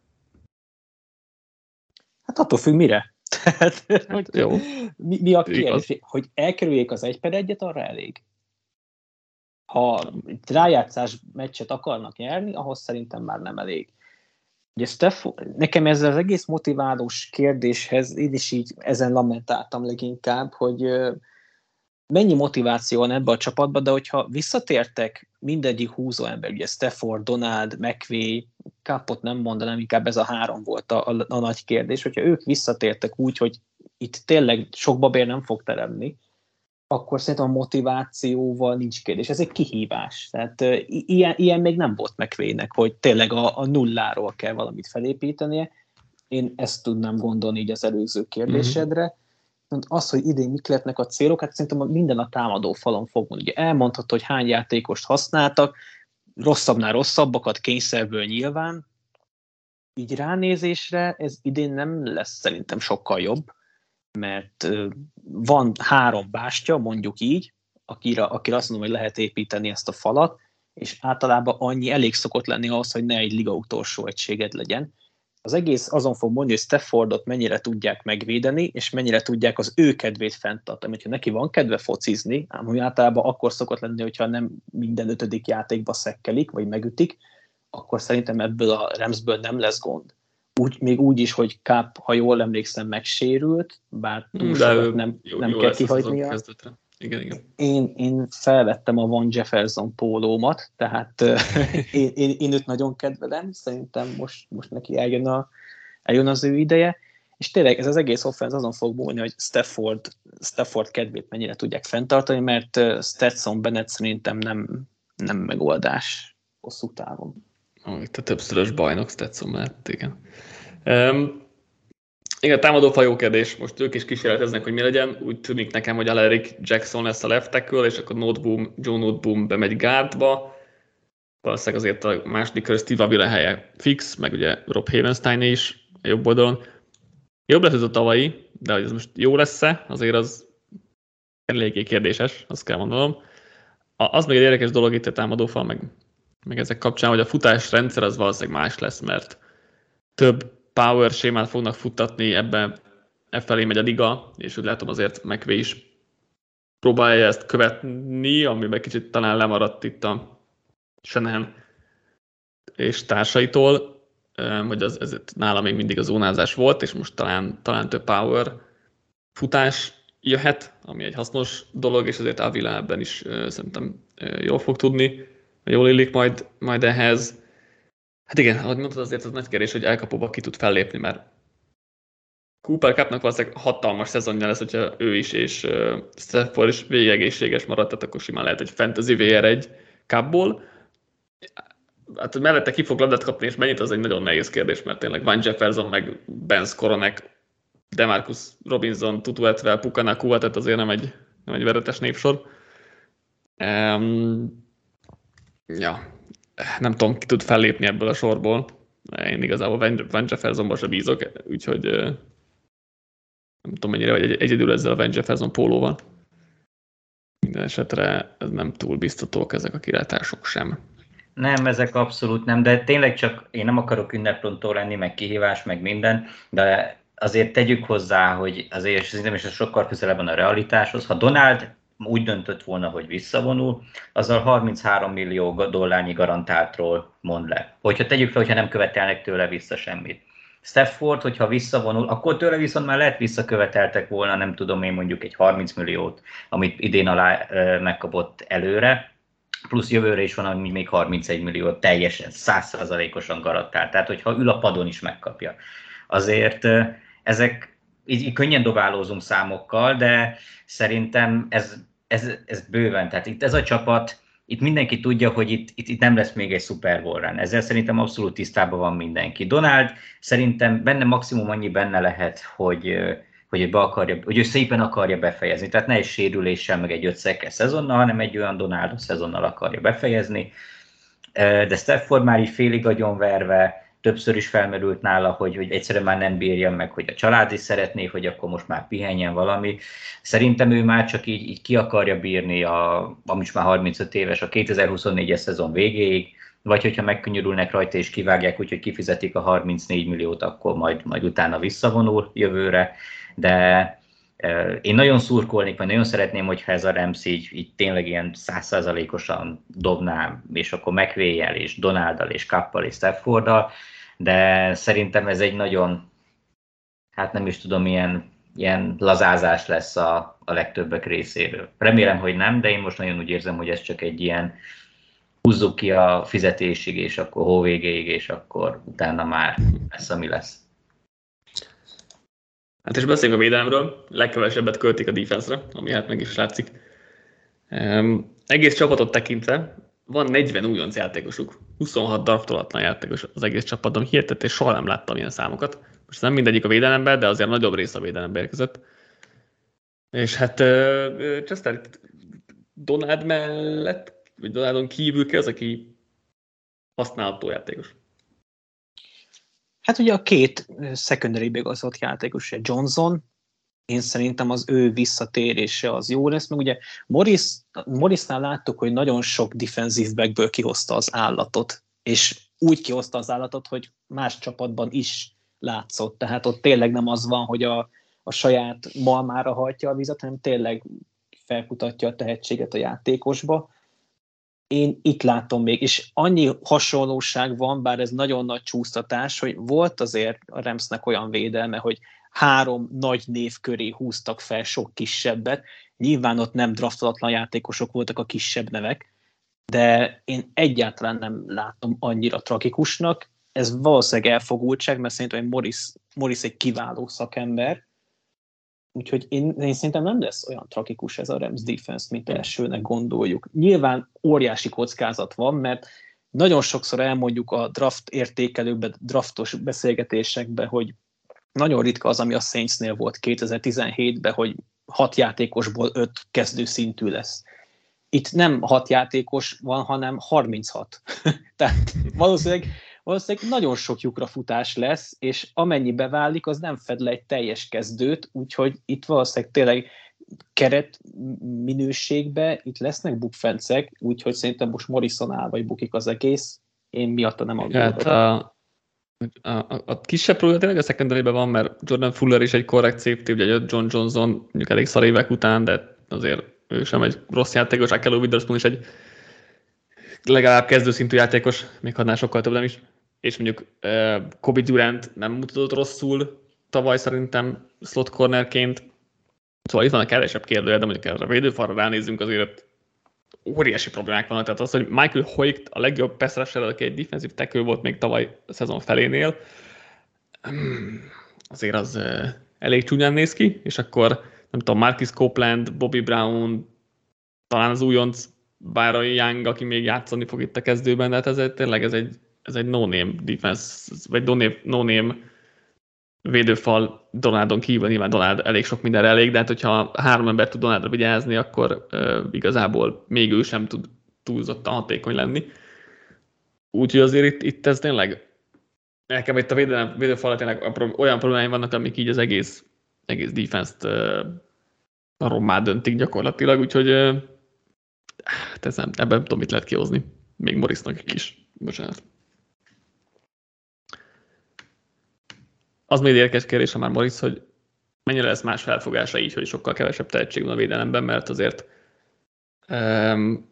Hát attól függ mire. Tehát, hát, jó. Mi, mi a kérdés? Hogy elkerüljék az egy per egyet, arra elég. Ha rájátszás meccset akarnak nyerni, ahhoz szerintem már nem elég. Ugye Stafford, nekem ez az egész motiválós kérdéshez, én is így ezen lamentáltam leginkább, hogy mennyi motiváció van ebbe a csapatba, de hogyha visszatértek mindegyik húzó ember, ugye Stafford, Donald, McVay, Cupot nem mondanám, inkább ez a három volt a, a, a nagy kérdés, hogyha ők visszatértek úgy, hogy itt tényleg sok babér nem fog teremni, akkor szerintem a motivációval nincs kérdés. Ez egy kihívás. Tehát uh, ilyen, ilyen még nem volt McVaynek, hogy tényleg a, a nulláról kell valamit felépítenie. Én ezt tudnám gondolni így az előző kérdésedre. Mm-hmm. Az, hogy idén mik lehetnek a célok, hát szerintem minden a támadó falon fog mondani. Ugye elmondhatod, hogy hány játékost használtak, rosszabbnál rosszabbakat kényszerből nyilván. Így ránézésre ez idén nem lesz szerintem sokkal jobb, mert van három bástya, mondjuk így, akire, akire azt mondom, hogy lehet építeni ezt a falat, és általában annyi elég szokott lenni ahhoz, hogy ne egy liga utolsó egységed legyen. Az egész azon fog mondani, hogy Staffordot mennyire tudják megvédeni, és mennyire tudják az ő kedvét fenntartani. Ha neki van kedve focizni, ami általában akkor szokott lenni, hogyha nem minden ötödik játékba szekkelik, vagy megütik, akkor szerintem ebből a Ramsből nem lesz gond. Úgy, még úgy is, hogy Cup, ha jól emlékszem, megsérült, bár túl sokat nem, jó, nem jó kell kihagynia. Igen, igen. Én, én felvettem a Van Jefferson pólómat, tehát én, én, én őt nagyon kedvelem, szerintem most, most neki eljön, a, eljön az ő ideje, és tényleg ez az egész offense azon fog múlni, hogy Stafford, Stafford kedvét mennyire tudják fenntartani, mert Stetson Bennett szerintem nem, nem megoldás hosszú távon. Oh, itt a többszörös bajnok Stetson Bennett, igen. Um, igen, támadófal jó kérdés. Most ők is kísérleteznek, hogy mi legyen. Úgy tűnik nekem, hogy Alaric Jackson lesz a left tackle, és akkor Noteboom, Joe Noteboom bemegy guardba. Valószínűleg azért a második kör Steve Avila helye fix, meg ugye Rob Havenstein is a jobb oldalon. Jobb lesz ez a tavalyi, de hogy ez most jó lesz-e, azért az eléggé kérdéses, azt kell mondanom. Az még egy érdekes dolog itt a támadófal, meg, meg ezek kapcsán, hogy a futásrendszer az valószínűleg más lesz, mert több power sémát fognak futtatni, ebben e felé megy a liga, és úgy látom azért McVay is próbálja ezt követni, amiben kicsit talán lemaradt itt a Shanahan és társaitól, hogy az, ez nála még mindig a zónázás volt, és most talán, talán több power futás jöhet, ami egy hasznos dolog, és azért Avila ebben is uh, szerintem uh, jól fog tudni, jól illik majd, majd ehhez. Hát igen, ahogy mondtad, azért az nagy kérdés, hogy elkapóba ki tud fellépni, mert Cooper Cupnak valószínűleg hatalmas szezonja lesz, hogyha ő is és uh, Stafford is végig egészséges maradt, tehát akkor simán lehet egy fantasy vé er egy Cupból. Hát mellette ki fog labdát kapni, és mennyit, az egy nagyon nehéz kérdés, mert tényleg Van Jefferson, meg Ben Skoronek, DeMarcus Robinson, Tutu Atwell, Puka Nacua, tehát azért nem egy, nem egy veretes népsor. Um, ja, nem tudom, ki tud fellépni ebből a sorból. Én igazából Van Jeffersonban sem bízok, úgyhogy nem tudom mennyire, hogy egy, egyedül ezzel a Van Jefferson pólóval. Minden esetre ez nem túl biztatók ezek a kilátások sem. Nem, ezek abszolút nem, de tényleg csak én nem akarok ünneprontó lenni, meg kihívás, meg minden, de azért tegyük hozzá, hogy azért szerintem is ez sokkal közelebb van a realitáshoz. Ha Donald úgy döntött volna, hogy visszavonul, azzal harminchárom millió dollárnyi garantáltról mond le. Hogyha tegyük fel, hogyha nem követelnek tőle vissza semmit. Stafford, hogyha visszavonul, akkor tőle viszont már lehet visszaköveteltek volna, nem tudom én mondjuk egy harminc milliót, amit idén alá e, megkapott előre, plusz jövőre is van, ami még harmincegy millió teljesen, száz százalékosan garantált. Tehát, hogyha ül a padon is megkapja. Azért ezek, így, így könnyen dobálózunk számokkal, de szerintem ez, ez, ez bőven. Tehát itt ez a csapat, itt mindenki tudja, hogy itt, itt, itt nem lesz még egy Super Bowl run. Ezzel szerintem abszolút tisztában van mindenki. Donald szerintem benne maximum annyi benne lehet, hogy hogy, be akarja, hogy ő szépen akarja befejezni. Tehát ne egy sérüléssel, meg egy ötszekes szezonnal, hanem egy olyan Donaldo szezonnal akarja befejezni. De Stafford már így félig agyonverve, többször is felmerült nála, hogy, hogy egyszerűen már nem bírja meg, hogy a család is szeretné, hogy akkor most már pihenjen valami. Szerintem ő már csak így, így ki akarja bírni, a, ami is már harmincöt éves, a kétezer-huszonnégyes szezon végéig, vagy hogyha megkönnyörülnek rajta és kivágják, úgyhogy kifizetik a harmincnégy milliót, akkor majd, majd utána visszavonul jövőre, de én nagyon szurkolnék, vagy nagyon szeretném, hogyha ez a Rams így, így tényleg ilyen száz százalékosan dobná, és akkor McVay-jel, és Donalddal, és Cuppal, és Stafforddal, de szerintem ez egy nagyon, hát nem is tudom, ilyen, ilyen lazázás lesz a, a legtöbbek részéről. Remélem, hogy nem, de én most nagyon úgy érzem, hogy ez csak egy ilyen húzzuk ki a fizetésig, és akkor hóvégéig, és akkor utána már lesz, ami lesz. Hát és beszéljünk a védelemről, legkevesebbet költik a defense-re, ami hát meg is látszik. Um, egész csapatot tekintve van negyven újonc játékosuk, huszonhat draftolatlan játékos az egész csapatban, hihetetlen, és soha nem láttam ilyen számokat. Most nem mindegyik a védelemben, de azért nagyobb része a védelembe érkezett. És hát uh, Chester Donald mellett, vagy Donaldon kívül ki az, aki használható játékos? Hát ugye a két secondary-be igazolt játékos, Johnson, én szerintem az ő visszatérése az jó lesz, meg ugye Morris, Morrisnál láttuk, hogy nagyon sok defensive backből kihozta az állatot, és úgy kihozta az állatot, hogy más csapatban is látszott, tehát ott tényleg nem az van, hogy a, a saját malmára hajtja a vizet, hanem tényleg felkutatja a tehetséget a játékosba. Én itt látom még, és annyi hasonlóság van, bár ez nagyon nagy csúsztatás, hogy volt azért a Ramsnek olyan védelme, hogy három nagy név köré húztak fel sok kisebbet. Nyilván ott nem draftolatlan játékosok voltak a kisebb nevek, de én egyáltalán nem látom annyira tragikusnak. Ez valószínűleg elfogultság, mert szerintem Morris, Morris egy kiváló szakember, úgyhogy én, én szerintem nem lesz olyan tragikus ez a Rams defense, mint elsőnek gondoljuk. Nyilván óriási kockázat van, mert nagyon sokszor elmondjuk a draft értékelőkben, draftos beszélgetésekben, hogy nagyon ritka az, ami a Saintsnél volt kétezer-tizenhétben, hogy hat játékosból öt kezdőszintű lesz. Itt nem hat játékos van, hanem harminchat. Tehát valószínűleg, valószínűleg nagyon sok lyukra futás lesz, és amennyi beválik, az nem fed le egy teljes kezdőt, úgyhogy itt valószínűleg tényleg keret minőségben itt lesznek bukfencek, úgyhogy szerintem most Morrison áll, vagy bukik az egész. Én miatta nem aggódom. Hát a, a, a, a kisebb probléma tényleg a secondary-ben van, mert Jordan Fuller is egy korrekt safety, ugye John Johnson mondjuk elég szar évek után, de azért ő sem egy rossz játékos, Akello Witherspoon is egy legalább kezdőszintű játékos, még hadnál sokkal több nem is. És mondjuk uh, Kobe Durant nem mutatott rosszul tavaly szerintem slot cornerként. Szóval itt van a kevesebb kérdője, de mondjuk erre a védőfalra ránézzünk, azért óriási problémák vannak. Tehát az, hogy Michael Hoyt a legjobb pass rusher, aki egy defensive tackle volt még tavaly a szezon felénél, azért az uh, elég csúnyán néz ki, és akkor nem tudom, Marcus Copeland, Bobby Brown, talán az újonc Byron Young, aki még játszani fog itt a kezdőben, de hát ez egy, tényleg ez egy, ez egy no-name defense, vagy no-name, no-name védőfal Donaldon kívül, nyilván Donald elég sok mindenre elég, de hát hogyha három ember tud Donaldra vigyázni, akkor uh, igazából még ő sem tud túlzottan hatékony lenni. Úgyhogy azért itt, itt ez tényleg nekem itt a védelem, védőfal tényleg olyan problémái vannak, amik így az egész, egész defense-t uh, rommá döntik gyakorlatilag, úgyhogy uh, hát ez nem, ebben nem tudom, mit lehet kihozni. Még Morrisnak is. Bocsánat. Az még érdekes kérdés, ha már Morris, hogy mennyire lesz más felfogása így, hogy sokkal kevesebb tehetség van a védelemben, mert azért um,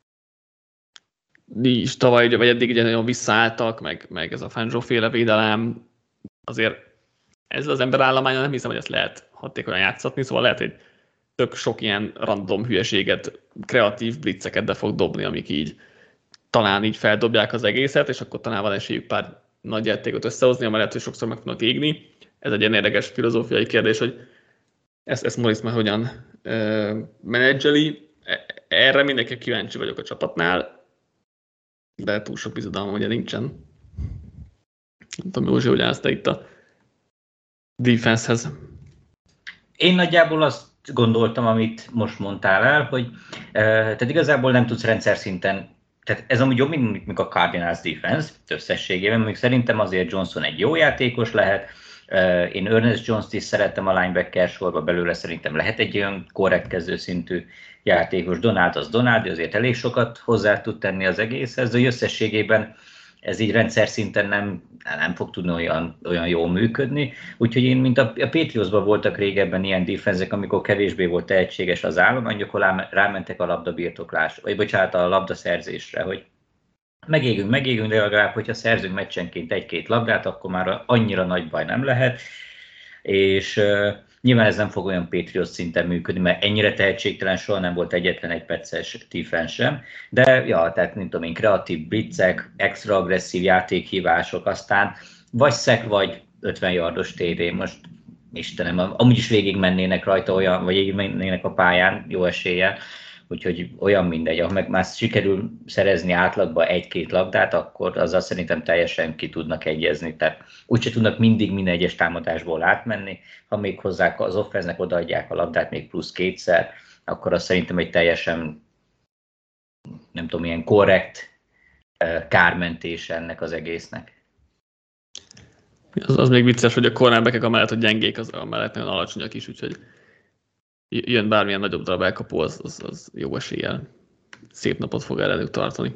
is tavaly, vagy eddig ugye nagyon visszaálltak, meg, meg ez a Fangio-féle védelem, azért ezzel az emberállománya nem hiszem, hogy ezt lehet hatékonyan játszatni, szóval lehet, hogy tök sok ilyen random hülyeséget, kreatív blitzeket be fog dobni, amik így talán így feldobják az egészet, és akkor talán van esélyük pár nagy játékot összehozni, amely lehet, hogy sokszor meg fognak égni. Ez egy ilyen érdekes filozófiai kérdés, hogy ezt, ezt Morris már hogyan uh, menedzseli. Erre mindenki kíváncsi vagyok a csapatnál, de túl sok bizodalma ugye nincsen. Nem tudom, Józsi, hogy állsz te itt a defensehez. Én nagyjából azt gondoltam, amit most mondtál el, hogy uh, tehát igazából nem tudsz rendszer szinten, tehát ez amúgy jobb, mint, mint a Cardinals defense összességében, még szerintem azért Johnson egy jó játékos lehet, Én Ernest Jones-t is szerettem a linebacker sorba, belőle szerintem lehet egy olyan korrekt kezdőszintű játékos. Donald az Donald, azért elég sokat hozzá tud tenni az egészhez, de összességében ez így rendszer szinten nem, nem fog tudni olyan, olyan jól működni. Úgyhogy én, mint a, a Patriotsban voltak régebben ilyen defenzek, amikor kevésbé volt tehetséges az állomány, akkor rámentek a labdabirtoklásra, vagy bocsánat, a labdaszerzésre, hogy megégünk, megégünk, de legalább, hogyha szerzünk meccsenként egy-két labdát, akkor már annyira nagy baj nem lehet. És uh, nyilván ez nem fog olyan Patriots szinten működni, mert ennyire tehetségtelen soha nem volt egyetlen egy perces defense sem. De ja, tehát mint tudom én, kreatív blitzek, extra agresszív játékhívások, aztán vagy szek, vagy ötven yardos té dé. Most Istenem, amúgy is végig mennének rajta olyan, vagy végig mennének a pályán, jó eséllyel. Úgyhogy olyan mindegy, ha meg már sikerül szerezni átlagba egy-két labdát, akkor azzal szerintem teljesen ki tudnak egyezni. Tehát úgyse tudnak mindig minden egyes támadásból átmenni, ha még hozzá az offense-nek odaadják a labdát még plusz kétszer, akkor az szerintem egy teljesen, nem tudom, ilyen korrekt kármentés ennek az egésznek. Az, az még vicces, hogy a cornerbackek amellett, hogy gyengék, az amellett nagyon alacsonyak is, úgyhogy jön bármilyen nagyobb darab elkapó, az, az, az jó eséllyel szép napot fog ellenük tartani.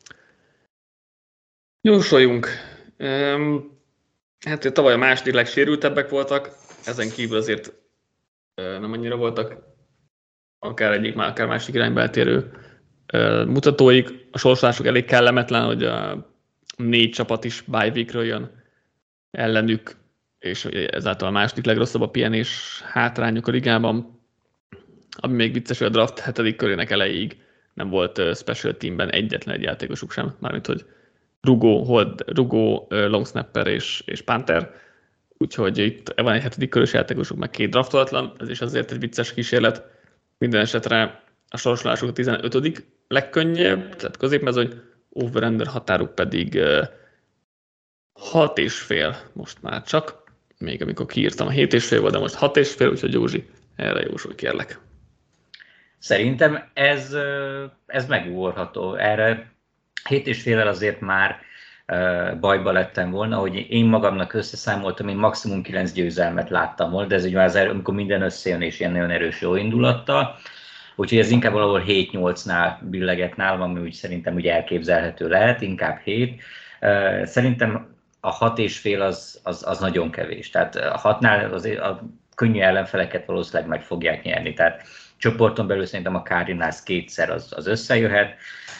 Jósoljunk. Um, hát tavaly a második legsérültebbek voltak, ezen kívül azért uh, nem annyira voltak akár egyik, már akár másik irányba eltérő uh, mutatóik. A sorsolásuk elég kellemetlen, hogy a négy csapat is bye weekről jön ellenük, és ezáltal a második legrosszabb a pihenés hátrányuk a ligában. Ami még vicces, hogy a draft hetedik körének elejéig nem volt uh, special teamben egyetlen egy játékosuk sem, mármint hogy rugó, hold, rugó, uh, long snapper és, és panther, úgyhogy itt van egy hetedik körös játékosuk, meg két draftolatlan, ez is azért egy vicces kísérlet. Minden esetre a sorsolásuk a tizenötödik legkönnyebb, tehát középmezőny, over-under határuk pedig uh, hat és fél most már csak, még amikor kiírtam a hét és fél volt, de most hat és fél, úgyhogy Józsi, erre jósolj, kérlek. Szerintem ez, ez megugorható. Erre hét és félel azért már bajba lettem volna, hogy én magamnak összeszámoltam, én maximum kilenc győzelmet láttam volna, de ez ugye már az, amikor minden összejön és ilyen nagyon erős jó indulattal. Úgyhogy ez inkább valahol hét-nyolcnál billeget nálam, ami úgy szerintem úgy elképzelhető lehet, inkább hét. Szerintem a hat és fél az, az, az nagyon kevés. Tehát a hatnál azért a könnyű ellenfeleket valószínűleg meg fogják nyerni. Tehát csoporton belül szerintem a Cardinals kétszer az, az összejöhet,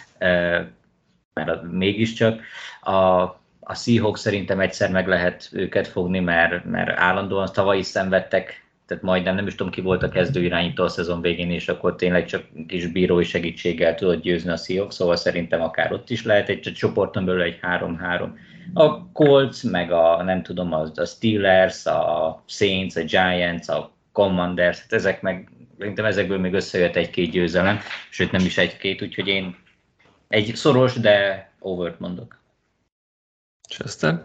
mert mégiscsak. A, a Seahawks szerintem egyszer meg lehet őket fogni, mert, mert állandóan tavaly is szenvedtek, tehát majdnem nem is tudom ki volt a kezdő irányító a szezon végén, és akkor tényleg csak kis bírói segítséggel tudott győzni a Seahawks, szóval szerintem akár ott is lehet egy csoporton belül egy három-három. A Colts, meg a nem tudom, a, a Steelers, a Saints, a Giants, a Commanders, hát ezek meg szerintem ezekből még összejött egy-két győzelem, sőt nem is egy-két, úgyhogy én egy szoros, de overt mondok. Chester?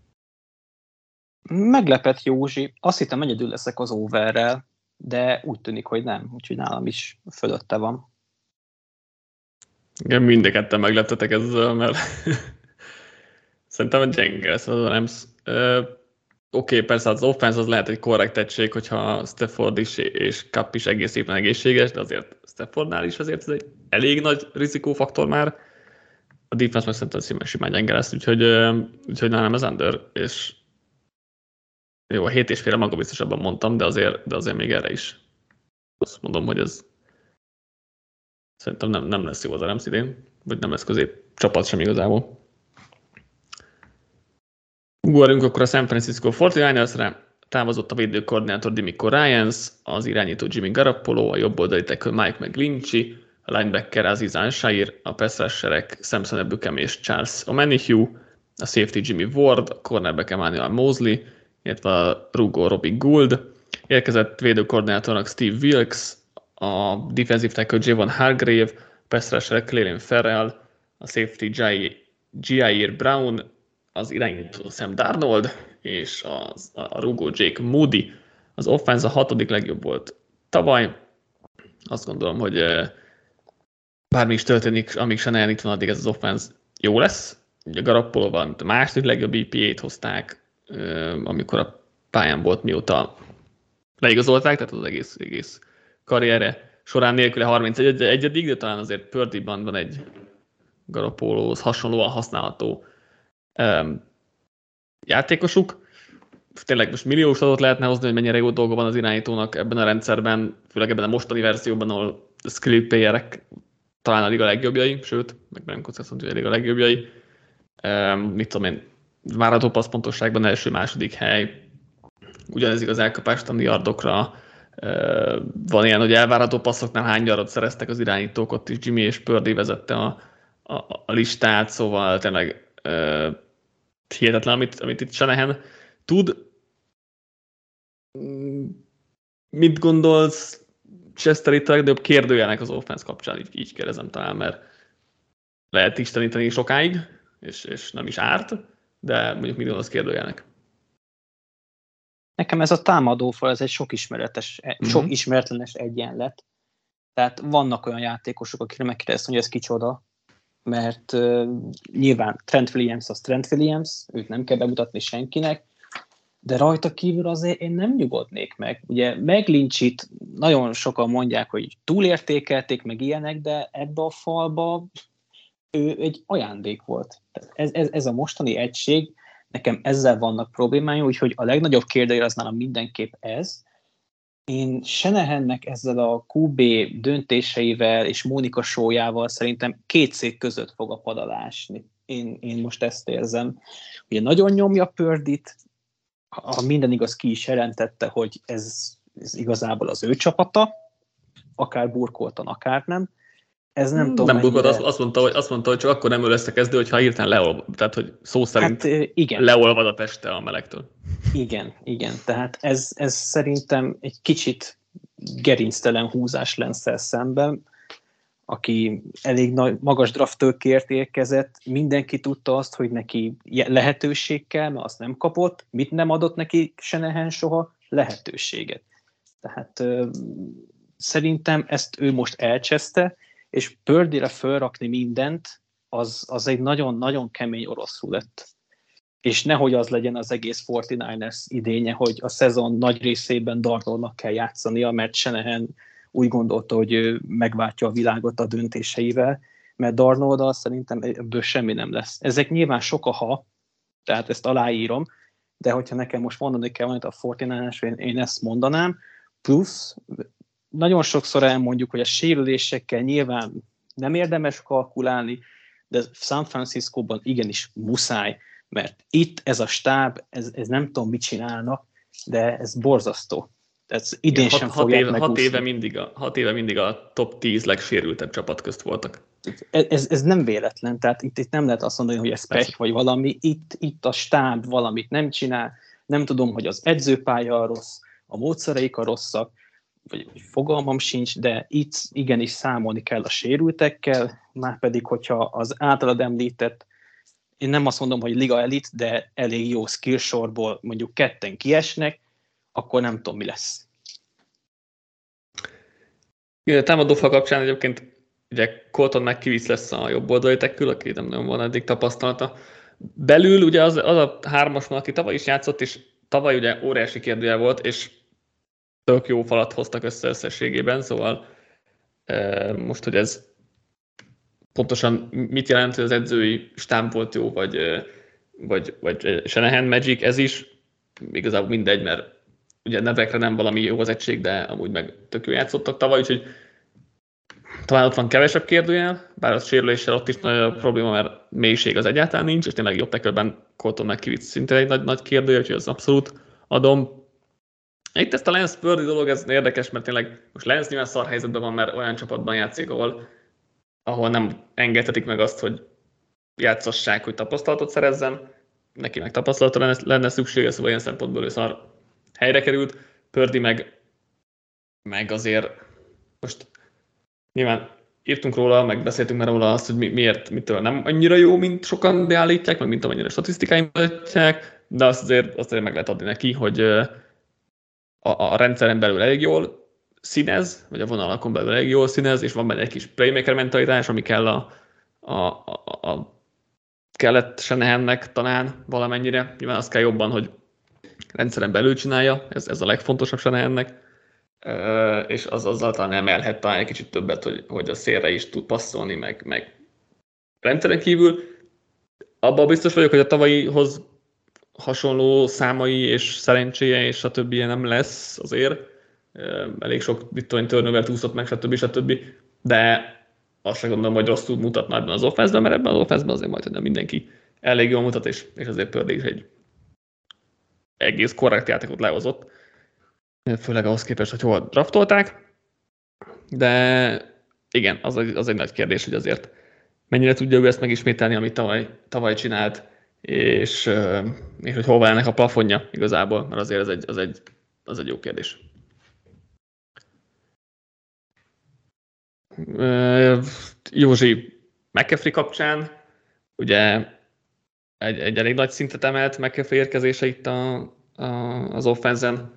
Meglepett Józsi. Azt hittem, egyedül leszek az overrel, de úgy tűnik, hogy nem, úgyhogy nálam is fölötte van. Igen, mind a ketten megleptetek ezzel, mert szerintem gyenge lesz az a Rams. Uh, Oké, okay, persze az offense az lehet egy korrekt egység, hogyha Stafford is és Cup is egész éppen egészséges, de azért Staffordnál is azért ez egy elég nagy rizikófaktor már. A defense meg szerintem simán, simán gyenge lesz, úgyhogy, úgyhogy nálam ez under, és jó, a hét és félre magabiztosabban mondtam, de azért, de azért még erre is azt mondom, hogy ez szerintem nem, nem lesz jó az a Rams idén, vagy nem lesz közép csapat sem igazából. Ugorjunk akkor a San Francisco negyvenkilencesre, távozott a védőkoordinátor Dimico Ryans, az irányító Jimmy Garoppolo, a jobboldali tackle Mike McGlinchey, a linebacker Aziz Anshair, a pass rusherek Samson Ebukam és Charles Omenihu, a safety Jimmy Ward, a cornerback Emmanuel Mosley, illetve a rugó Robbie Gould. Érkezett védőkoordinátornak Steve Wilkes, a defensive tackle Javon Hargrave, a pass rusherek Clelin Ferrell, a safety Jair Brown, az irányító Sam Darnold, és az, a rugó Jake Moody. Az offense a hatodik legjobb volt tavaly. Azt gondolom, hogy bármi is történik, amíg Shanahan itt van, addig ez az offense jó lesz. Ugye Garoppolo van, a második legjobb é pé á-t hozták, amikor a pályán volt, mióta leigazolták, tehát az egész, egész karriere során nélküle harmincegy, de talán azért Purdyban van egy Garoppolóhoz hasonlóan használható um, játékosuk. Tényleg most milliós adót lehetne hozni, hogy mennyire jó dolga van az irányítónak ebben a rendszerben, főleg ebben a mostani verzióban, ahol a skill playerek talán a liga legjobbjai, sőt, meg nem kockáztatom, hogy a liga legjobbjai. Um, mit tudom én, várható passzpontosságban első-második hely, ugyanez igaz elkapástan yardokra. Uh, van ilyen, hogy elvárható passzoknál hány yardot szereztek az irányítók, ott is Jimmy és Purdy vezette a, a, a listát, szóval tényleg uh, hihetetlen, amit, amit itt Shanahan tud. Mit gondolsz Chester itt a legnagyobb kérdőjelnek az offense kapcsán? Így, így kérdezem talán, mert lehet isteníteni sokáig, és, és nem is árt, de mondjuk mit gondolsz kérdőjelnek? Nekem ez a támadófal, ez egy sok ismeretes, mm-hmm. sok ismeretlenes egyenlet. Tehát vannak olyan játékosok, akire megkérdeztem, hogy ez kicsoda, mert uh, nyilván Trent Williams az Trent Williams, őt nem kell bemutatni senkinek, de rajta kívül azért én nem nyugodnék meg. Ugye McGlincheyt nagyon sokan mondják, hogy túlértékelték, meg ilyenek, de ebbe a falba ő egy ajándék volt. Tehát ez, ez, ez a mostani egység, nekem ezzel vannak problémáim, úgyhogy a legnagyobb kérdőjel az nálam mindenképp ez. Én Shanahannek ezzel a kú bé döntéseivel és Mónika show-jával szerintem két szék között fog a padalásni. Én, én most ezt érzem. Ugye nagyon nyomja Purdyt, ha minden igaz, ki is jelentette, hogy ez, ez igazából az ő csapata, akár burkoltan, akár nem. Ez nem tudom, nem burkolt, mennyire... azt, azt, mondta, hogy, azt mondta, hogy csak akkor nem ő lesz a kezdő, hogyha hirtelen leolvad, tehát hogy szó szerint hát, igen. leolvad a teste a melegtől. Igen, igen. Tehát ez, ez szerintem egy kicsit gerinctelen húzás Lenszel szemben, aki elég nagy, magas drafttőkért érkezett, mindenki tudta azt, hogy neki lehetőség kell, mert azt nem kapott, mit nem adott neki Shanahan soha? Lehetőséget. Tehát ö, szerintem ezt ő most elcseszte, és Purdyre fölrakni mindent, az, az egy nagyon-nagyon kemény orosz lett. És nehogy az legyen az egész negyvenkilencesek idénye, hogy a szezon nagy részében Darnoldnak kell játszania, mert Shanahan úgy gondolta, hogy ő megváltja a világot a döntéseivel, mert Darnolddal szerintem ebből semmi nem lesz. Ezek nyilván sok a ha, tehát ezt aláírom, de hogyha nekem most mondani kell valamit a negyvenkilencesről, én, én ezt mondanám, plusz nagyon sokszor elmondjuk, hogy a sérülésekkel nyilván nem érdemes kalkulálni, de San Franciscóban igenis muszáj, mert itt ez a stáb, ez, ez nem tudom, mit csinálnak, de ez borzasztó. Tehát idén Igen, sem hat, fogják hat éve, hat éve, mindig a, hat éve mindig a top tíz legsérültebb csapat közt voltak. Ez, ez nem véletlen, tehát itt, itt nem lehet azt mondani, hogy ez pech vagy valami, itt, itt a stáb valamit nem csinál, nem tudom, hogy az edzőpálya rossz, a módszereik a rosszak, vagy fogalmam sincs, de itt igenis számolni kell a sérültekkel, már pedig, hogyha az általad említett, én nem azt mondom, hogy liga elit, de elég jó skill sorból mondjuk ketten kiesnek, akkor nem tudom, mi lesz. A támadófal kapcsán egyébként ugye Colton McKivitz lesz a jobb oldali tekkül, aki nem nagyon van eddig tapasztalata. Belül ugye az, az a hármas, aki tavaly is játszott, és tavaly ugye óriási kérdője volt, és tök jó falat hoztak össze összességében, szóval e, most, hogy ez pontosan mit jelent, hogy az edzői stáb volt jó, vagy, vagy, vagy Shanahan Magic, ez is igazából mindegy, mert ugye nevekre nem valami jó az egység, de amúgy meg tök jó játszottak tavaly, úgyhogy talán ott van kevesebb kérdőjel, bár az sérüléssel ott is nagy a probléma, mert mélység az egyáltalán nincs, és tényleg jobb tekölben Colton McKivitz szintén egy nagy, nagy kérdője, úgyhogy az abszolút adom. Itt ezt a Lance Purdy dolog, ez érdekes, mert tényleg most Lance nyilván szar helyzetben van, mert olyan csapatban játszik, ahol, ahol nem engedhetik meg azt, hogy játszassák, hogy tapasztalatot szerezzen. Neki meg tapasztalatra lenne, lenne szüksége, szóval ilyen szempontból ő szar helyre került. Purdy meg, meg azért most nyilván írtunk róla, meg beszéltünk már róla azt, hogy mi, miért, mitől nem annyira jó, mint sokan beállítják, meg mint amennyire statisztikáim mutatják, de azt azért, azt azért meg lehet adni neki, hogy a, a rendszeren belül elég jól színez, vagy a vonalakon belül elég jól színez, és van benne egy kis playmaker mentalitás, ami kell a, a, a, a kellett Shanahannek talán valamennyire. Nyilván az kell jobban, hogy rendszeren belül csinálja, ez, ez a legfontosabb Shanahannek, és az azzal talán emelhet talán egy kicsit többet, hogy, hogy a szélre is tud passzolni, meg, meg rendszeren kívül. Abban biztos vagyok, hogy a tavalyihoz hasonló számai és szerencséje és stb. Nem lesz azért. Elég sok bitcoin turnover-t úszott meg, stb. stb. De azt sem gondolom, hogy rossz tud mutatni ebben az offense-ben, mert ebben az offense-ben azért majd nem mindenki elég jól mutat, és, és azért Purdy is egy egész korrekt játékot lehozott. Főleg ahhoz képest, hogy hol draftolták. De igen, az, az egy nagy kérdés, hogy azért mennyire tudja ő ezt megismételni, amit tavaly, tavaly csinált, és, és hogy hol van ennek a plafonja igazából, mert azért ez egy, az egy, az egy jó kérdés. Józsi McCaffrey kapcsán, ugye egy, egy elég nagy szintet emelt McCaffrey érkezése itt a, a, az offenzen.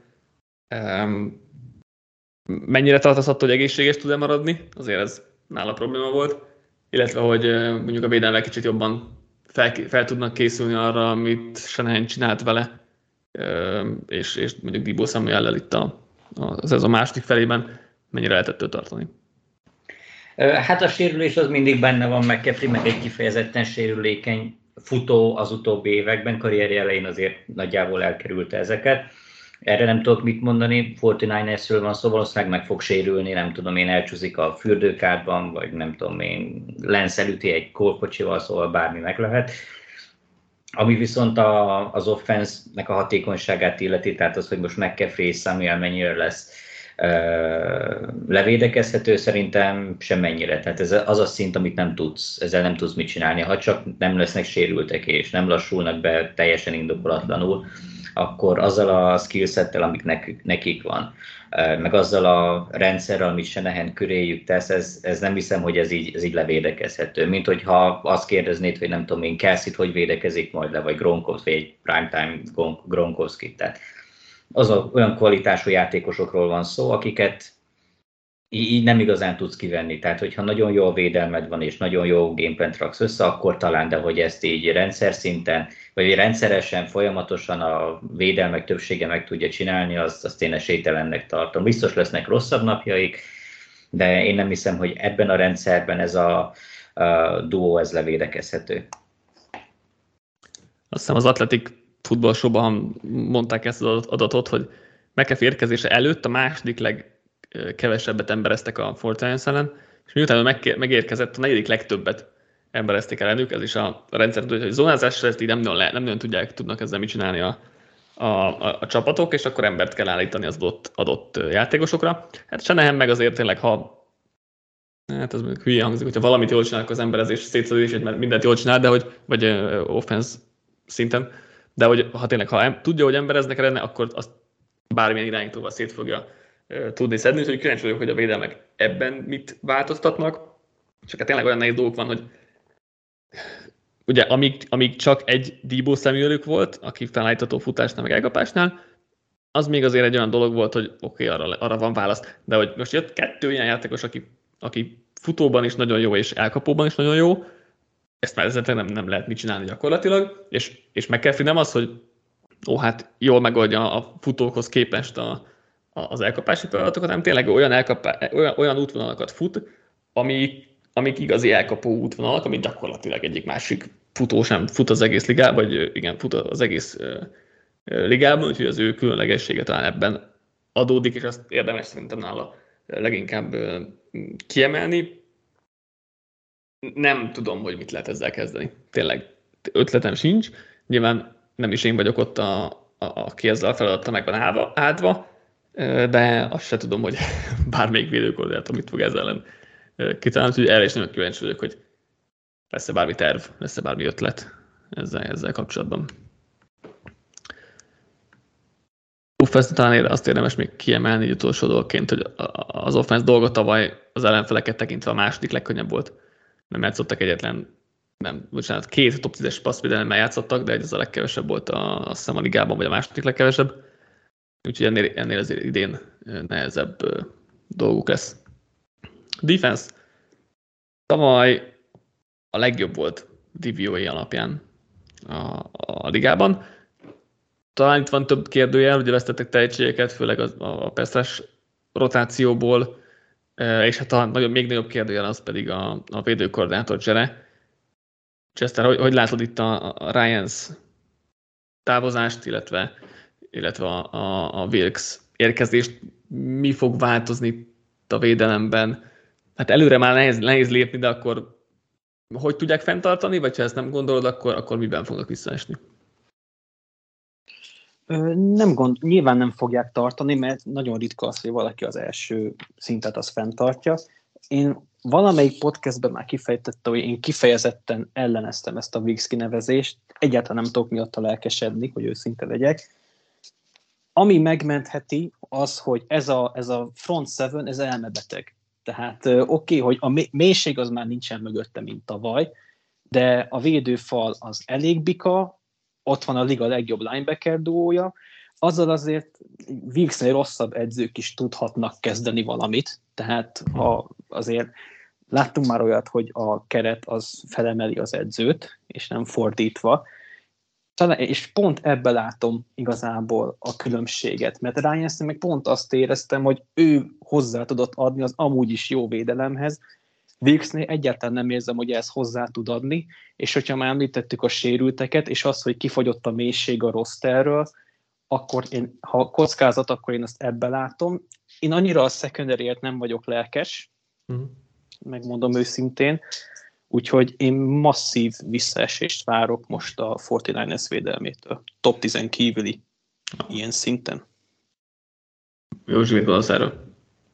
Mennyire tartozható, hogy egészséges tud-e maradni? Azért ez nála probléma volt. Illetve, hogy mondjuk a védelmek kicsit jobban fel, fel tudnak készülni arra, amit Shanahan csinált vele, és, és mondjuk Deebo Samuel-lel itt a, az ez a második felében mennyire lehetett őt tartani. Hát a sérülés az mindig benne van, McCaffrey meg egy kifejezetten sérülékeny futó az utóbbi években, karrierje elején azért nagyjából elkerülte ezeket. Erre nem tudok mit mondani, negyvenkilencesről van szó, valószínűleg meg fog sérülni, nem tudom én, elcsúszik a fürdőkádban, vagy nem tudom én, Lance elüti egy kórkocsival, szóval bármi meg lehet. Ami viszont a, az offense-nek a hatékonyságát illeti, tehát az, hogy most McCaffrey és Samuel mennyire lesz uh, levédekezhető, szerintem semmennyire. Tehát ez az a szint, amit nem tudsz, ezzel nem tudsz mit csinálni. Ha csak nem lesznek sérültek és nem lassulnak be teljesen indokolatlanul, akkor azzal a skillsettel, amik nekik, nekik van, meg azzal a rendszerrel, amit Shanahan köréjük tesz, ez, ez nem hiszem, hogy ez így, ez így levédekezhető. Mint hogyha azt kérdeznéd, hogy nem tudom én, Kelsey-t hogy védekezik majd le, vagy Gronkowski, vagy egy primetime Gronkowski. Tehát az a, olyan kvalitású játékosokról van szó, akiket így nem igazán tudsz kivenni. Tehát, hogyha nagyon jó védelmed van, és nagyon jó gameplant raksz össze, akkor talán, de hogy ezt így rendszer szinten, vagy rendszeresen, folyamatosan a védelmek többsége meg tudja csinálni, azt, azt én esélytelennek tartom. Biztos lesznek rosszabb napjaik, de én nem hiszem, hogy ebben a rendszerben ez a, a duó ez levédekezhető. Azt hiszem az Athletic Football Show-ban mondták ezt az adatot, hogy McAfee érkezése előtt a második legkevesebbet embereztek a negyvenkilenc ellen, és miután megérkezett, a negyedik legtöbbet emberezték ellenük, ez is a rendszer, hogy zónázásra ezt így nem nagyon, le, nem nagyon tudják, tudnak ezzel mit csinálni a, a, a, a csapatok, és akkor embert kell állítani az adott, adott játékosokra. Hát Shanahan meg azért tényleg, ha hát ez mondjuk hülye hangzik, hogyha valamit jól csinálnak az emberezés, szétszedését, mert mindent jól csinál, de hogy, vagy uh, offense szinten, de hogy ha tényleg, ha em, tudja, hogy embereznek ellene, akkor azt bármilyen irányítóval szét fogja uh, tudni szedni, úgyhogy kíváncsi vagyok, hogy a védelmek ebben mit változtatnak. Csak hát tényleg olyan nehéz dolgok van, hogy ugye amíg, amíg csak egy Deebo Samuelük volt, aki felállítható futásnál, meg elkapásnál, az még azért egy olyan dolog volt, hogy oké, okay, arra, arra van válasz. De hogy most jött kettő ilyen játékos, aki, aki futóban is nagyon jó, és elkapóban is nagyon jó, ezt már ezzel nem, nem lehet mit csinálni gyakorlatilag, és, és McCaffrey nem az, hogy ó, hát jól megoldja a futókhoz képest a, a, az elkapási feladatokat, hanem tényleg olyan, elkapá, olyan, olyan útvonalakat fut, ami amik igazi elkapó útvonalak, amit gyakorlatilag egyik másik futó sem fut az egész ligában, vagy igen, fut az egész uh, ligában, úgyhogy az ő különlegessége talán ebben adódik, és azt érdemes szerintem nála leginkább uh, kiemelni. Nem tudom, hogy mit lehet ezzel kezdeni. Tényleg ötletem sincs. Nyilván nem is én vagyok ott, a, a, aki ezzel a feladattal meg van állva, áldva, de azt se tudom, hogy bármelyik védőkoordinátor mit fog ezzel ellen kitalálni, úgyhogy erre is nagyon kíváncsi vagyok, hogy lesz-e bármi terv, lesz-e bármi ötlet ezzel, ezzel kapcsolatban. Offense talán azt érdemes még kiemelni utolsó dolgként, hogy az offense dolga tavaly az ellenfeleket tekintve a második legkönnyebb volt. Nem játszottak egyetlen, nem, bocsánat, két top tízes passzvédelemmel játszottak, de ez a legkevesebb volt a, azt hiszem a ligában, vagy a második legkevesebb. Úgyhogy ennél, ennél azért idén nehezebb dolguk lesz. Defense. Tavaly a legjobb volt D V O A alapján a, a ligában. talán itt van több kérdőjel, ugye vesztettek tehetségeket, főleg a, a Pesztrás rotációból, és hát a nagyon, még nagyobb kérdőjel az pedig a, a védőkoordinátor csere. Chester, hogy, hogy látod itt a, a Ryans távozást, illetve, illetve a, a, a Wilkes érkezést? Mi fog változni a védelemben? Hát előre már nehéz, nehéz lépni, de akkor hogy tudják fenntartani, vagy ha ezt nem gondolod, akkor, akkor miben fognak visszaesni? Nem gond, nyilván nem fogják tartani, mert nagyon ritka az, hogy valaki az első szintet az fenntartja. Én valamelyik podcastben már kifejtettem, hogy én kifejezetten elleneztem ezt a Wilkes kinevezést, egyáltalán nem tudok miatta lelkesedni, hogy őszinte legyek. Ami megmentheti az, hogy ez a, ez a front seven, ez elmebeteg. Tehát oké, okay, hogy a mélység az már nincsen mögötte, mint tavaly, de a védőfal az elég bika, ott van a liga legjobb linebacker duója, azzal azért Wilkesnél rosszabb edzők is tudhatnak kezdeni valamit, tehát ha azért láttunk már olyat, hogy a keret az felemeli az edzőt, és nem fordítva, talán, és pont ebbe látom igazából a különbséget, mert Ryan-nél meg pont azt éreztem, hogy ő hozzá tudott adni az amúgy is jó védelemhez, Wilkesnél egyáltalán nem érzem, hogy ezt hozzá tud adni, és hogyha már említettük a sérülteket, és az, hogy kifogyott a mélység a rosterről, akkor én, ha kockázat, akkor én ezt ebbe látom. Én annyira a secondary-ért nem vagyok lelkes, uh-huh. megmondom őszintén, úgyhogy én masszív visszaesést várok most a negyvenkilences védelmétől. Top tíz kívüli ilyen szinten. Józsi, mit gondolsz erről?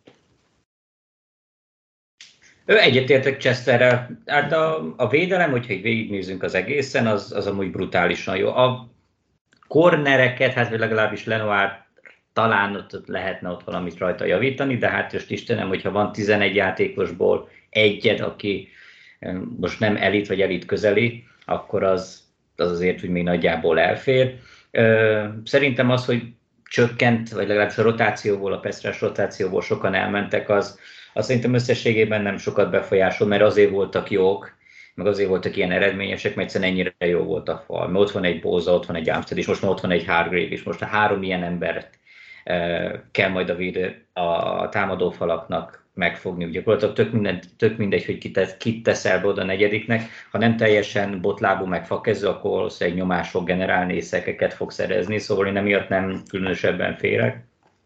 Egyetértek Chesterrel. Hát a, a védelem, hogyha így végignézünk az egészen, az, az amúgy brutálisan jó. A cornereket, hát legalábbis Lenoir talán ott lehetne ott valamit rajta javítani, de hát most Istenem, hogyha van tizenegy játékosból egyed, aki most nem elit vagy elit közeli, akkor az, az azért, hogy még nagyjából elfér. Szerintem az, hogy csökkent, vagy legalábbis a rotációból, a Pesztrás rotációból sokan elmentek, az azt szerintem összességében nem sokat befolyásol, mert azért voltak jók, meg azért voltak ilyen eredményesek, mert egyszerűen ennyire jó volt a fal. Mert ott van egy Bosa, ott van egy Armstead, és most már ott van egy Hargrave, és most a három ilyen embert e, kell majd a, védő, a támadó falaknak megfogni. Ugye tök, minden, tök mindegy, hogy kit, tesz, kit teszel be oda a negyediknek. Ha nem teljesen botlábú meg fakező, akkor valószínűleg nyomás fog generálni, és szekeket fog szerezni, szóval én emiatt nem különösebben félek.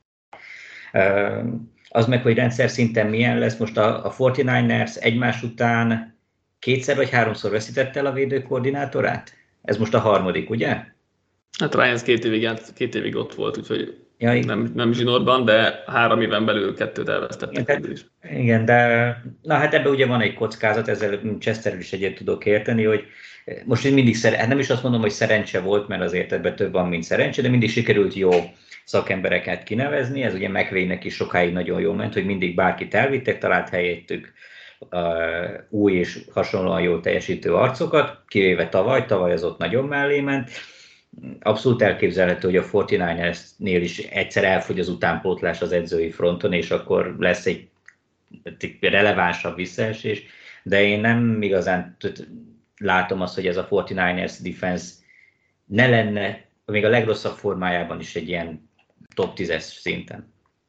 E, Az meg, hogy rendszer szinten milyen lesz. Most a, a negyvenkilencesek egymás után kétszer vagy háromszor veszítette el a védőkoordinátorát? Ez most a harmadik, ugye? Hát Ryan két évig, két évig ott volt, úgyhogy ja, nem, nem zsinórban, de három éven belül kettőt elvesztettek. Igen, is. igen, de na hát ebben ugye van egy kockázat, ezzel Chesterrel is egyet tudok érteni, hogy most én mindig, szer- nem is azt mondom, hogy szerencse volt, mert azért ebben több van, mint szerencse, de mindig sikerült jó szakembereket kinevezni, ez ugye McVaynek is sokáig nagyon jól ment, hogy mindig bárkit elvittek, talált helyettük uh, új és hasonlóan jól teljesítő arcokat, kivéve tavaly, tavaly az ott nagyon mellé ment. Abszolút elképzelhető, hogy a negyvenkilencesnél is egyszer elfogy az utánpótlás az edzői fronton, és akkor lesz egy relevánsabb visszaesés, de én nem igazán látom azt, hogy ez a negyvenkilences defense ne lenne még a legrosszabb formájában is egy ilyen top tízes szinten.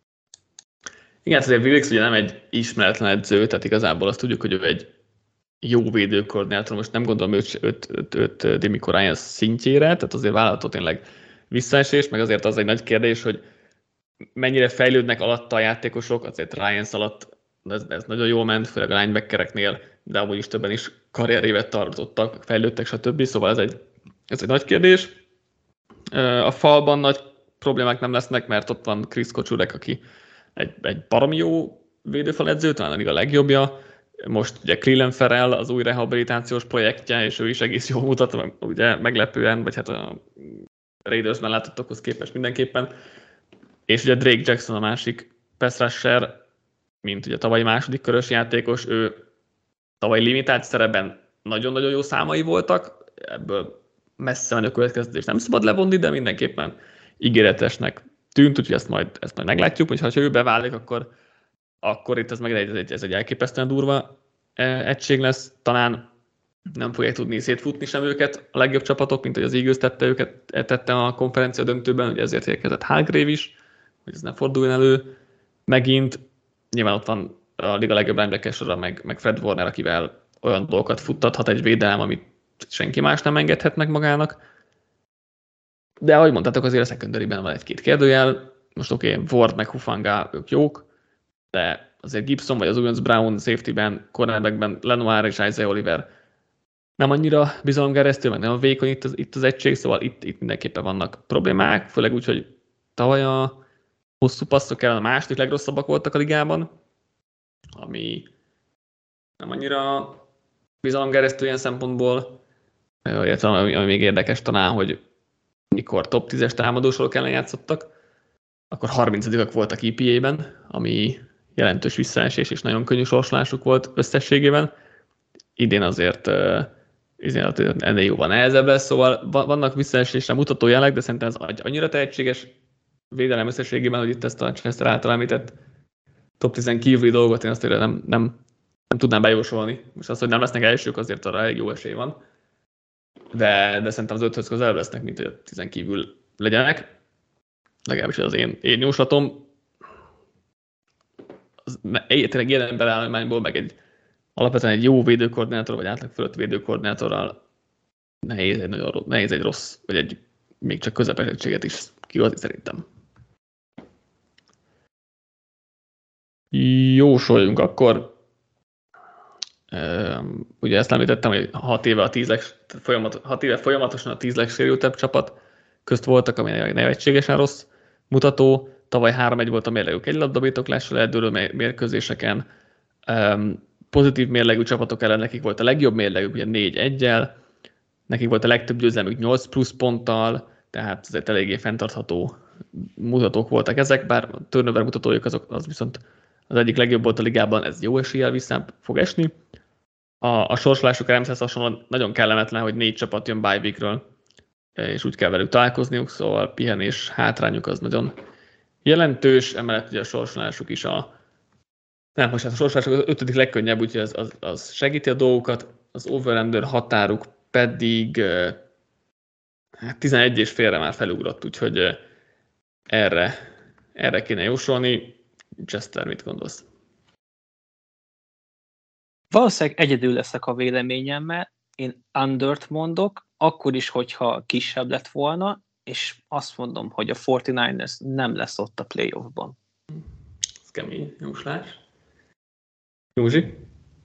Igen, azért Wilkes ugye nem egy ismeretlen edző, tehát igazából azt tudjuk, hogy ő egy jó védőkoordinátor, most nem gondolom őt, őt, őt, őt DeMeco Ryans szintjére, tehát azért vállalható tényleg visszaesés, meg azért az egy nagy kérdés, hogy mennyire fejlődnek alatta a játékosok, azért Ryans alatt ez, ez nagyon jól ment, főleg a linebackereknél, de amúgy is többen is karrierévet tartottak, fejlődtek, stb. Szóval ez egy, ez egy nagy kérdés. A falban nagy problémák nem lesznek, mert ott van Chris Kocsurek, aki egy, egy baromi jó védőfaledző, talán a legjobbja. Most ugye Cleveland Farrell az új rehabilitációs projektje, és ő is egész jól mutat, ugye meglepően, vagy hát a Raidersben látottakhoz képest mindenképpen. És ugye Drake Jackson a másik pass rusher, mint ugye tavalyi második körös játékos, ő tavalyi limitált szerepben nagyon-nagyon jó számai voltak, ebből messze menő következtetés nem szabad levonni, de mindenképpen ígéretesnek tűnt, úgyhogy ezt majd, ezt majd meglátjuk, hogy ha ő beválik, akkor, akkor itt ez meg egy, ez egy elképesztően durva egység lesz. Talán nem fogják tudni szétfutni sem őket a legjobb csapatok, mint hogy az Eagles tette őket, tette a konferencia döntőben, ugye ezért érkezett Hargrave is, hogy ez ne forduljon elő. Megint nyilván ott van a liga legjobb linebacker sora, meg, meg Fred Warner, akivel olyan dolgokat futtathat egy védelem, amit senki más nem engedhet meg magának. De ahogy mondtátok, azért a secondary-ben van egy-két kérdőjel. Most oké, okay, Ward meg Hufanga, ők jók, de azért Gibson vagy az Williams Brown safety-ben, cornerbackben Lenoir és Isaiah Oliver nem annyira bizalomgeresztő, meg nem a vékony itt az, itt az egység, szóval itt, itt mindenképpen vannak problémák, főleg úgy, hogy tavaly a hosszú passzok ellen a második legrosszabbak voltak a ligában, ami nem annyira bizalomgeresztő ilyen szempontból, illetve ami, ami még érdekes talán, hogy mikor top tízes támadósorok ellen játszottak, akkor harmincadikak voltak í pé á-ben, ami jelentős visszaesés és nagyon könnyű sorsolásuk volt összességében. Idén azért ennél jóval nehezebb lesz, szóval vannak visszaesésre mutató jelek, de szerintem ez annyira tehetséges védelem összességében, hogy itt ezt a Chester által említett top tízen kívüli dolgot én azt nem, nem, nem tudnám bejósolni. Most az, hogy nem lesznek elsők, azért arra elég jó esély van. De, de szerintem az öthöz közelebb lesznek, mint hogy a tizen kívül legyenek. Legalábbis az én, én jóslatom. Az, tényleg ilyen beállományból, meg egy alapvetően egy jó védőkoordinátor, vagy átlag fölött védőkoordinátorral nehéz egy, nagyon, nehéz egy rossz, vagy egy még csak közepesettséget is kihozni szerintem. Jósoljunk akkor. Um, ugye ezt említettem, hogy hat éve, a tíz leg, folyamat, hat éve folyamatosan a tíz legsérültebb csapat közt voltak, ami nevetségesen rossz mutató. Tavaly három egy volt a mérlegük egy labdabirtoklással eldőlő mérkőzéseken. Um, pozitív mérlegű csapatok ellen nekik volt a legjobb mérlegük, ugye négy egyel, nekik volt a legtöbb győzelmük nyolc plusz ponttal, tehát ez egy eléggé fenntartható mutatók voltak ezek, bár a turnover mutatójuk azok, az viszont az egyik legjobb volt a ligában, ez jó eséllyel vissza fog esni. A, a sorsolásuk a Ramshez hasonlóan nagyon kellemetlen, hogy négy csapat jön bye weekről, és úgy kell velük találkozniuk, szóval pihenés hátrányuk az nagyon jelentős, emellett ugye a sorsolásuk is a nem, most hát a sorsolásuk az ötödik legkönnyebb, úgyhogy az, az, az segíti a dolgokat, az over-under határuk pedig hát tizenegy és félre már felugrott, úgyhogy erre, erre kéne jósolni. Chester, mit gondolsz? Valószínűleg egyedül leszek a véleményemmel, én undert mondok, akkor is, hogyha kisebb lett volna, és azt mondom, hogy a negyvenkilencesek nem lesz ott a playoffban. Ez kemény jóslás. Józsi?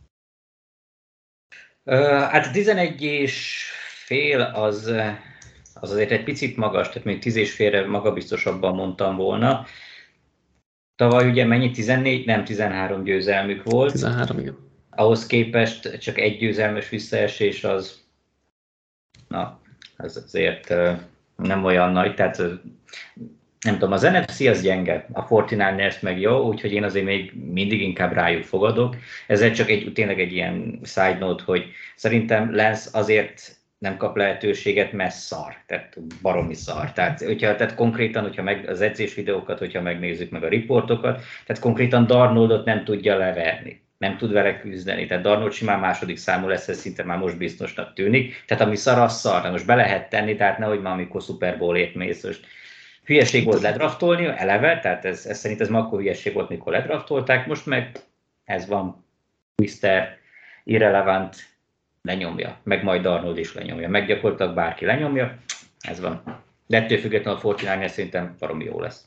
Uh, hát tizenegy és fél az, az azért egy picit magas, tehát még tíz és félre magabiztosabban mondtam volna. Tavaly ugye mennyi? tizennégy, nem tizenhárom győzelmük volt. tizenhárom, igen. Ahhoz képest csak egy győzelmes visszaesés az, na, ez azért nem olyan nagy, tehát nem tudom, az en ef cé az gyenge, a negyvenkilencesek meg jó, úgyhogy én azért még mindig inkább rájuk fogadok. Ezzel csak egy, tényleg egy ilyen side note, hogy szerintem Lance azért nem kap lehetőséget, mert szar, tehát baromi szar. Tehát, hogyha, tehát konkrétan, hogyha meg az edzés videókat, hogyha megnézzük meg a riportokat, tehát konkrétan Darnoldot nem tudja leverni, nem tud vele küzdeni. Tehát Darnold simán második számú lesz, ez szinte már most biztosnak tűnik. Tehát ami szar, az szar. De most be lehet tenni, tehát nehogy már amikor Super Bowl-ért mész. Most hülyeség volt ledraftolni, eleve, tehát ez, ez szerint ez már akkor hülyeség volt, mikor ledraftolták, most meg ez van, miszter irrelevant, lenyomja, meg majd Darnold is lenyomja, meg gyakorlatilag bárki lenyomja, ez van. De ettől függetlenül a negyvenkilences szerintem baromi jó lesz.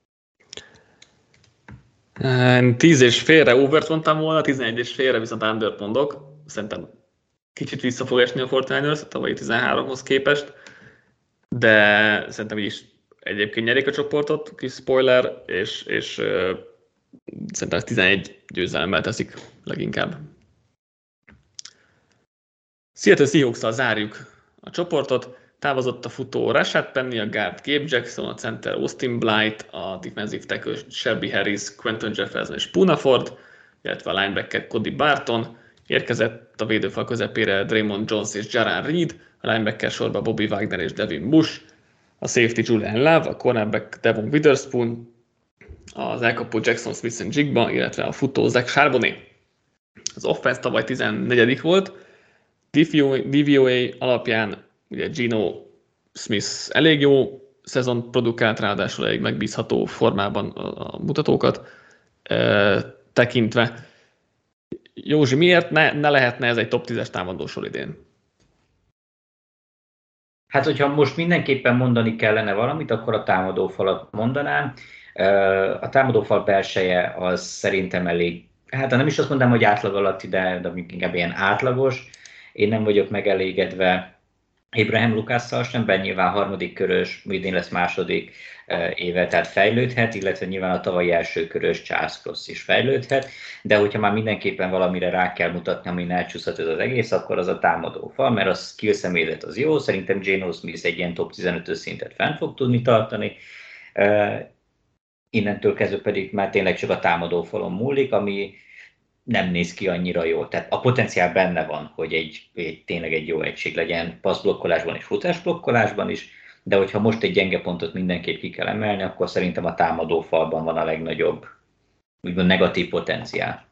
tíz és félre overt mondtam volna, tizenegy és félre viszont undert mondok. Szerintem kicsit vissza fog esni a negyvenkilencesek a tavalyi tizenháromhoz képest, de szerintem így is egyébként nyerik a csoportot, kis spoiler, és, és uh, szerintem ezt tizenegy győzelemmel teszik leginkább. Seattle Seahawks-tal zárjuk a csoportot. Távozott a futó Rashad Penny, a guard Gabe Jackson, a center Austin Blight, a defensive tackle Shelby Harris, Quentin Jefferson és Poona Ford, illetve a linebacker Cody Barton. Érkezett a védőfal közepére Draymond Jones és Jaran Reed, a linebacker sorba Bobby Wagner és Devin Bush, a safety Julian Love, a cornerback Devon Witherspoon, az elkapó Jackson Smith-Njigba, illetve a futó Zach Charbonnet. Az offense tavaly tizennegyedik volt, D V O A alapján ugye Geno Smith elég jó szezon produkált, ráadásul elég megbízható formában a mutatókat e, tekintve. Józsi, miért ne, ne lehetne ez egy top tízes támadósor idén? Hát, hogyha most mindenképpen mondani kellene valamit, akkor a támadófalat mondanám. A támadófal belseje az szerintem elég, hát nem is azt mondom, hogy átlag alatti, de, de inkább ilyen átlagos. Én nem vagyok megelégedve Abraham Lukasszal sem, bár nyilván harmadik körös, idén lesz második éve, tehát fejlődhet, illetve nyilván a tavalyi első körös Charles Cross is fejlődhet, de hogyha már mindenképpen valamire rá kell mutatni, amin elcsúszhat ez az egész, akkor az a támadófal, mert a skill személyzet az jó, szerintem Geno Smith egy ilyen top tizenötös szintet fenn fog tudni tartani, innentől kezdve pedig már tényleg csak a támadófalon múlik, ami nem néz ki annyira jól. Tehát a potenciál benne van, hogy egy, egy tényleg egy jó egység legyen passzblokkolásban és futásblokkolásban is, de hogyha most egy gyenge pontot mindenképp ki kell emelni, akkor szerintem a támadófalban van a legnagyobb, úgymond negatív potenciál.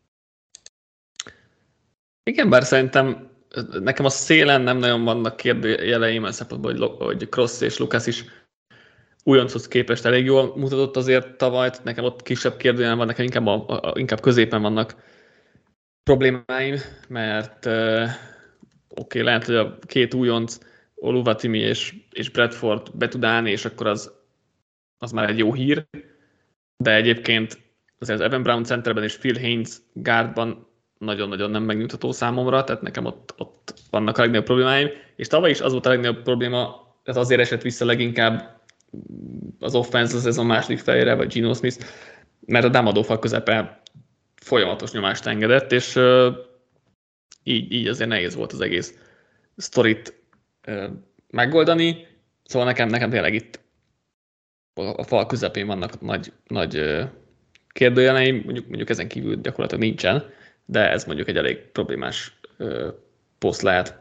Igen, bár szerintem nekem a szélen nem nagyon vannak kérdőjeleim, a szempontból, hogy Cross és Lucas is újonchoz képest elég jól mutatott azért tavaly, nekem ott kisebb kérdőjelem van, nekem inkább, a, a, inkább középen vannak problémáim, mert uh, oké, okay, lehet, hogy a két újonc, Oluwatimi és, és Bradford be tud állni, és akkor az, az már egy jó hír, de egyébként azért az Evan Brown centerben és Phil Haynes guardban nagyon-nagyon nem megnyugtató számomra, tehát nekem ott, ott vannak a legnagyobb problémáim, és tavaly is az volt a legnagyobb probléma, tehát azért esett vissza leginkább az offense az ez a második felére, vagy Geno Smith, mert a támadófal közepe folyamatos nyomást engedett, és uh, így, így azért nehéz volt az egész sztorit uh, megoldani. Szóval nekem, nekem tényleg itt a, a fal közepén vannak nagy, nagy uh, kérdőjeleim, mondjuk, mondjuk ezen kívül gyakorlatilag nincsen, de ez mondjuk egy elég problémás uh, poszt lehet.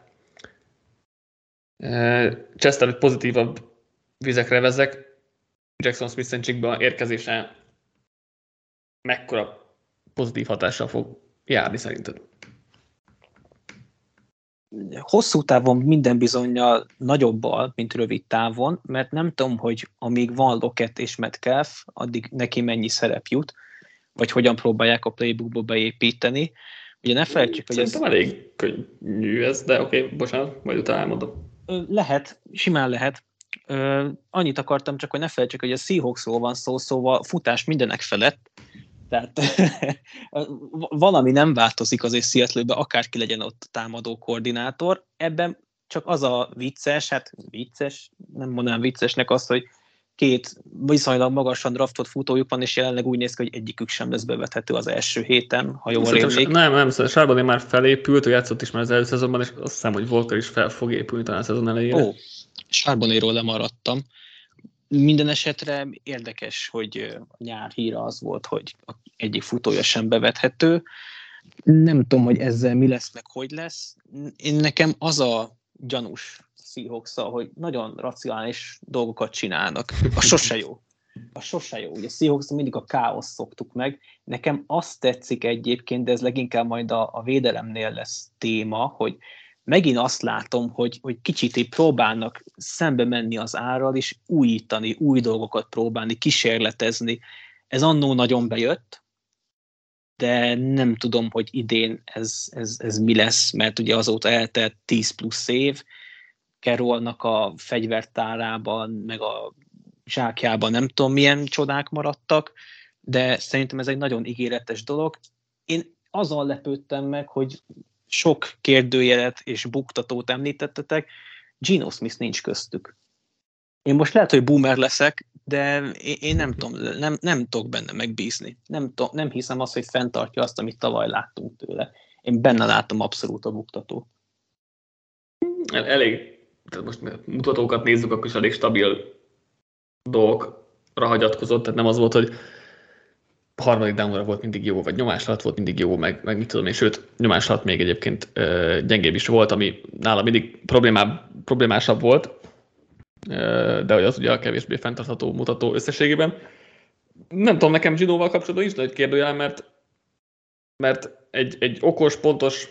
Uh, Chester egy pozitívabb vizekre vezek. Jackson Smith-Njigba érkezése mekkora pozitív hatással fog járni szerinted? Hosszú távon minden bizonnyal nagyobbal, mint rövid távon, mert nem tudom, hogy amíg van Lockett és Metcalf, addig neki mennyi szerep jut, vagy hogyan próbálják a playbookba beépíteni. Ugye ne felejtsük, hogy Szerintem ez... elég könnyű ez, de oké, okay, bocsánat, majd utána elmondom. Lehet, simán lehet. Uh, annyit akartam csak, hogy ne felejtsük, hogy a Seahawksról van szó, szóval futás mindenek felett, tehát valami nem változik azért Seattle-ben, akárki legyen ott támadó koordinátor. Ebben csak az a vicces, hát vicces, nem mondanám viccesnek azt, hogy két viszonylag magasan draftot futójuk van, és jelenleg úgy néz ki, hogy egyikük sem lesz bevethető az első héten, ha jól rémlik. Nem, nem, Charbonnet már felépült, ő játszott is már az előző szezonban, és azt hiszem, hogy Walker is fel fog épülni talán a szezon elejére. Ó, Charbonnetról lemaradtam. Minden esetre érdekes, hogy a nyár híre az volt, hogy egyik futója sem bevethető. Nem tudom, hogy ezzel mi lesz, meg hogy lesz. Én nekem az a gyanús Seahawks-szal, hogy nagyon racionális dolgokat csinálnak. A sose jó. A sose jó. Ugye Seahawks mindig a káosz szoktuk meg. Nekem azt tetszik egyébként, de ez leginkább majd a, a védelemnél lesz téma, hogy megint azt látom, hogy, hogy kicsit így próbálnak szembe menni az árral, és újítani, új dolgokat próbálni, kísérletezni. Ez annó nagyon bejött, de nem tudom, hogy idén ez, ez, ez mi lesz, mert ugye azóta eltelt tíz plusz év, Carrollnak a fegyvertárában, meg a zsákjában nem tudom milyen csodák maradtak, de szerintem ez egy nagyon ígéretes dolog. Én azon lepődtem meg, hogy sok kérdőjelet és buktatót említettetek, Geno Smith nincs köztük. Én most lehet, hogy boomer leszek, de én nem tudom, nem, nem tudok benne megbízni. Nem, tudom, nem hiszem azt, hogy fenntartja azt, amit tavaly láttunk tőle. Én benne látom abszolút a buktatót. Elég, tehát most mutatókat nézzük, akkor is elég stabil dolgokra hagyatkozott, tehát nem az volt, hogy harmadik downra volt mindig jó, vagy nyomás alatt volt mindig jó, meg, meg mit tudom én, sőt, nyomás alatt még egyébként ö, gyengébb is volt, ami nála mindig problémásabb volt, ö, de hogy az ugye a kevésbé fenntartható mutató összességében. Nem tudom, nekem Genoval kapcsolatban is, de egy kérdőjelem, mert, mert egy, egy okos, pontos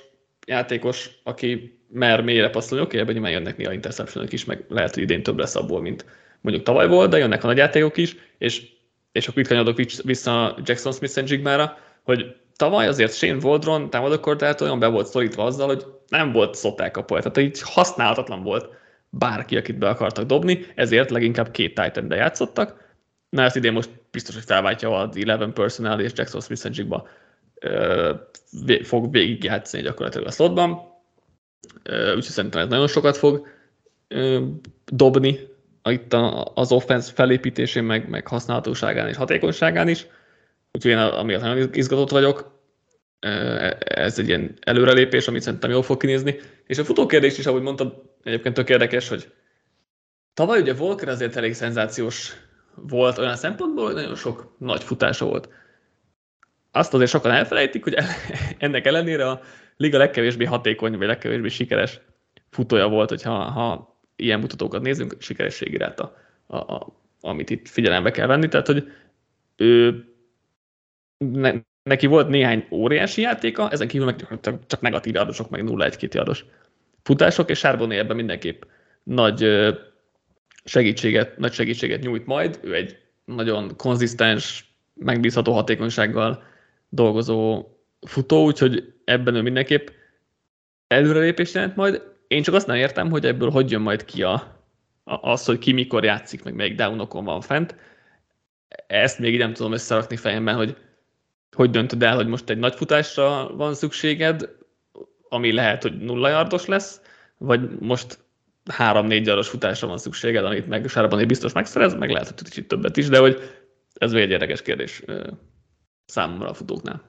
játékos, aki mer mélyre passzolni, oké, ebben nyilván jönnek néha interceptionok is, meg lehet, hogy idén több lesz abból, mint mondjuk tavaly volt, de jönnek a nagy játékok is, és, és akkor itt kanyadok vissza Jackson Smith-Njigmára, hogy tavaly azért Shane Waldron támadókordát olyan be volt szorítva azzal, hogy nem volt slot elkapó, tehát így használhatatlan volt bárki, akit be akartak dobni, ezért leginkább két tight end-de játszottak. Na ezt idén most biztos, hogy felváltja az tizenegy personnel, és Jackson Smith-Njigba fog végigjátszani gyakorlatilag a slotban. Úgyhogy szerintem ez nagyon sokat fog dobni itt az offense felépítésén, meg, meg használhatóságán és hatékonyságán is. Úgyhogy én amiatt nagyon izgatott vagyok. Ez egy ilyen előrelépés, amit szerintem jól fog kinézni. És a futókérdés is, ahogy mondtad, egyébként tök érdekes, hogy tavaly ugye Walker azért elég szenzációs volt olyan szempontból, hogy nagyon sok nagy futása volt. Azt azért sokan elfelejtik, hogy ennek ellenére a liga legkevésbé hatékony, vagy legkevésbé sikeres futója volt, hogyha ha ilyen mutatókat nézünk, sikerességi ráta, a, a, amit itt figyelembe kell venni. Tehát, hogy ő, ne, neki volt néhány óriási játéka, ezen kívül meg csak negatív yardosok, meg nulla egy két yardos futások, és Charbonnet ebben mindenképp nagy segítséget, nagy segítséget nyújt majd. Ő egy nagyon konzisztens, megbízható hatékonysággal dolgozó futó, úgyhogy ebben ő mindenképp előrelépést jelent majd. Én csak azt nem értem, hogy ebből hogy jön majd ki a, a, az, hogy ki mikor játszik, meg melyik downokon van fent. Ezt még így nem tudom összerakni fejemben, hogy hogy döntöd el, hogy most egy nagy futásra van szükséged, ami lehet, hogy nulla yardos lesz, vagy most három-négy yardos futásra van szükséged, amit meg Charbonnet biztos megszerez, meg lehet, hogy kicsit többet is, de hogy ez még egy érdekes kérdés számomra a futóknál.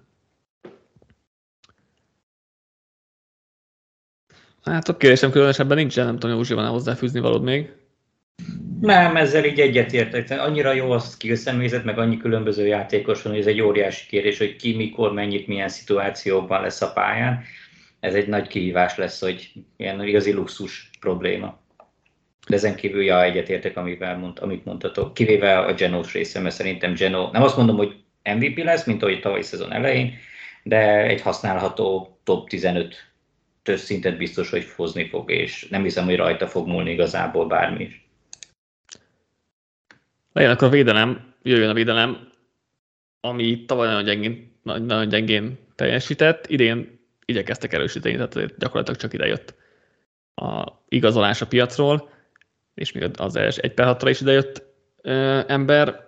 Hát a kérdésem különösebben nincsen, nem tudom, Józsi, van-e hozzáfűzni valód még? Nem, ezzel így egyetértek. Annyira jó a skill személyzet, meg annyi különböző játékos van, hogy ez egy óriási kérdés, hogy ki, mikor, mennyit, milyen szituációban lesz a pályán. Ez egy nagy kihívás lesz, hogy ilyen igazi luxus probléma. De ezen kívül ja, egyetértek, amivel mond, amit mondtatok, kivéve a Genós része, mert szerintem Geno, nem azt mondom, hogy em vé pé lesz, mint ahogy tavalyi szezon elején, de egy használható top tizenöt szintet biztos, hogy hozni fog, és nem hiszem, hogy rajta fog múlni igazából bármi is. Legyen akkor a védelem, jöjjön a védelem, ami tavaly nagyon gyengén, nagyon gyengén teljesített, idén igyekeztek erősíteni, tehát gyakorlatilag csak ide jött a igazolás a piacról, és még az egy per hatra is idejött ö, ember.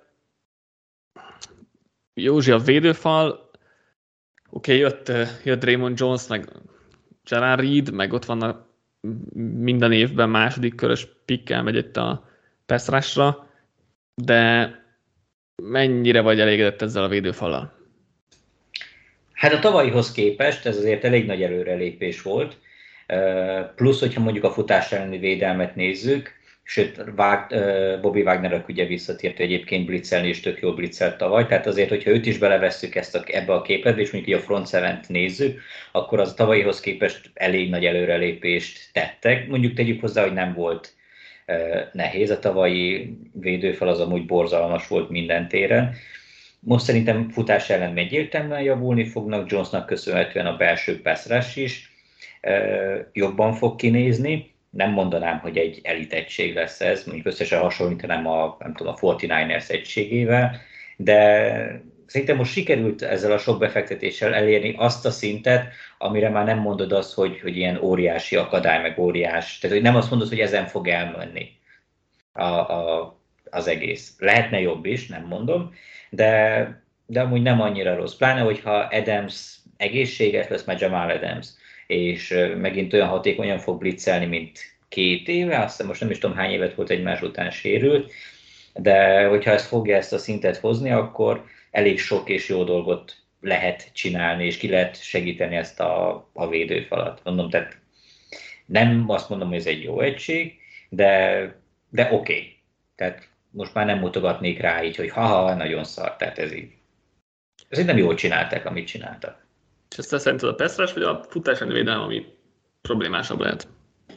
Józsi, a védőfal, oké, okay, jött, jött Raymond Jones, meg Gerard Reed, meg ott van a minden évben második körös pikkel megy itt a pass rushra, de mennyire vagy elégedett ezzel a védőfallal? Hát a tavalyihoz képest ez azért elég nagy előrelépés volt, plusz, hogyha mondjuk a futás elleni védelmet nézzük, sőt, Bobby Wagner ugye visszatért egyébként blitzelni, és tök jól blitzelt tavaly, tehát azért, hogyha őt is belevesszük ezt a, ebbe a képletbe, és mondjuk a front sevent nézzük, akkor az a tavalyihoz képest elég nagy előrelépést tettek. Mondjuk tegyük hozzá, hogy nem volt nehéz, a tavalyi védőfal az amúgy borzalmas volt minden téren. Most szerintem futás ellen egyértelműen javulni fognak, Jonesnak köszönhetően a belső pass rush is jobban fog kinézni. Nem mondanám, hogy egy elit egység lesz ez, mondjuk összesen hasonlítanám a, nem tudom, a negyvenkilencesek egységével, de szerintem most sikerült ezzel a sok befektetéssel elérni azt a szintet, amire már nem mondod azt, hogy, hogy ilyen óriási akadály, meg óriás, tehát hogy nem azt mondod, hogy ezen fog elmenni a, a, az egész. Lehetne jobb is, nem mondom, de, de amúgy nem annyira rossz. Pláne, hogyha Adams egészséges lesz, mert Jamal Adams, és megint olyan hatékonyan fog blitzelni, mint két éve, aztán most nem is tudom hány évet volt egymás után sérült, de hogyha ezt fogja ezt a szintet hozni, akkor elég sok és jó dolgot lehet csinálni, és ki lehet segíteni ezt a, a védőfalat. Mondom, tehát nem azt mondom, hogy ez egy jó egység, de, de oké. Okay. Tehát most már nem mutogatnék rá így, hogy haha, nagyon szar, tehát ez így. Ezért nem jól csinálták, amit csináltak. És ezt szerinted a pass rush, vagy a futás elleni védelem, ami problémásabb lehet?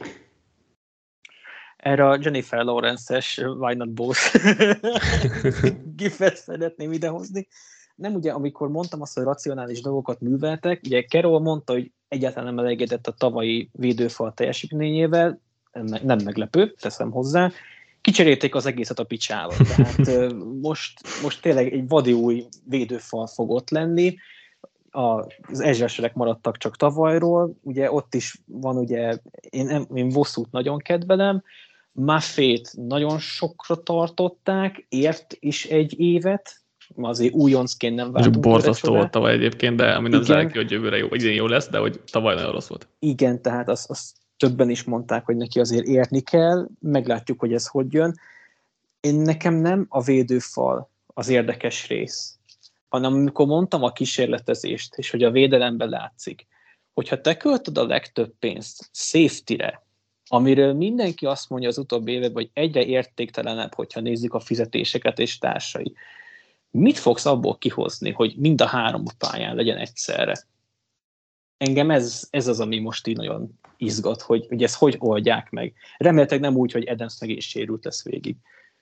Erre a Jennifer Lawrence-es Why Not Both gifet szeretném idehozni. nem ugye, amikor mondtam azt, hogy racionális dolgokat műveltek, ugye Carroll mondta, hogy egyáltalán nem elégedett a tavalyi védőfal teljesítményével, nem meglepő, teszem hozzá, kicserélték az egészet a picsába. Tehát most, most tényleg egy vadi új védőfal fog ott lenni, az ezreserek maradtak csak tavalyról, ugye ott is van, ugye, én, én Vosszút nagyon kedvelem, Maffét nagyon sokra tartották, ért is egy évet, azért újoncként nem váltunk. Borzasztó volt tavaly egyébként, de ami nem zárja ki, hogy jövőre jó, idén jó lesz, de hogy tavaly nagyon rossz volt. Igen, tehát azt, azt többen is mondták, hogy neki azért érni kell, meglátjuk, hogy ez hogy jön. Én nekem nem a védőfal az érdekes rész, hanem amikor mondtam a kísérletezést, és hogy a védelemben látszik, hogyha te költöd a legtöbb pénzt safety-re, amiről mindenki azt mondja az utóbbi években, hogy egyre értéktelenebb, hogyha nézzük a fizetéseket és társai. Mit fogsz abból kihozni, hogy mind a három pályán legyen egyszerre? Engem ez, ez az, ami most így nagyon izgat, hogy, hogy ezt hogy oldják meg. Remélhetőleg nem úgy, hogy Adams meg is sérült lesz végig.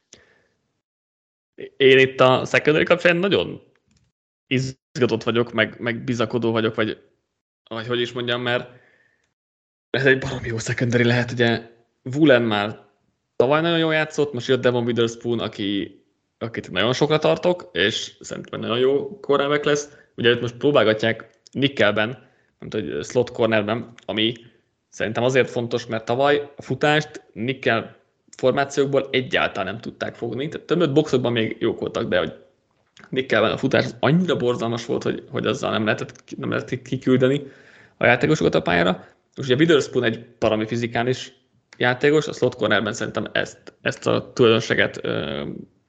Én itt a secondary kapcsán nagyon izgatott vagyok, meg, meg bizakodó vagyok, vagy, vagy hogy is mondjam, mert ez egy baromi jó secondary lehet, ugye Woolen már tavaly nagyon jól játszott, most jött Devon Witherspoon, aki, akit nagyon sokra tartok, és szerintem nagyon jó cornerback lesz. Ugye őt most próbálgatják nickelben, nem tudom, hogy slot cornerben, ami szerintem azért fontos, mert tavaly a futást nickel formációkból egyáltalán nem tudták fogni. Tehát többet boxokban még jók voltak, de hogy nickelben a futás az annyira borzalmas volt, hogy, hogy azzal nem lehetett, nem lehetett kiküldeni a játékosokat a pályára. És ugye Witherspoon egy parami fizikális játékos, a slot cornerben szerintem ezt, ezt a tulajdonságet ö,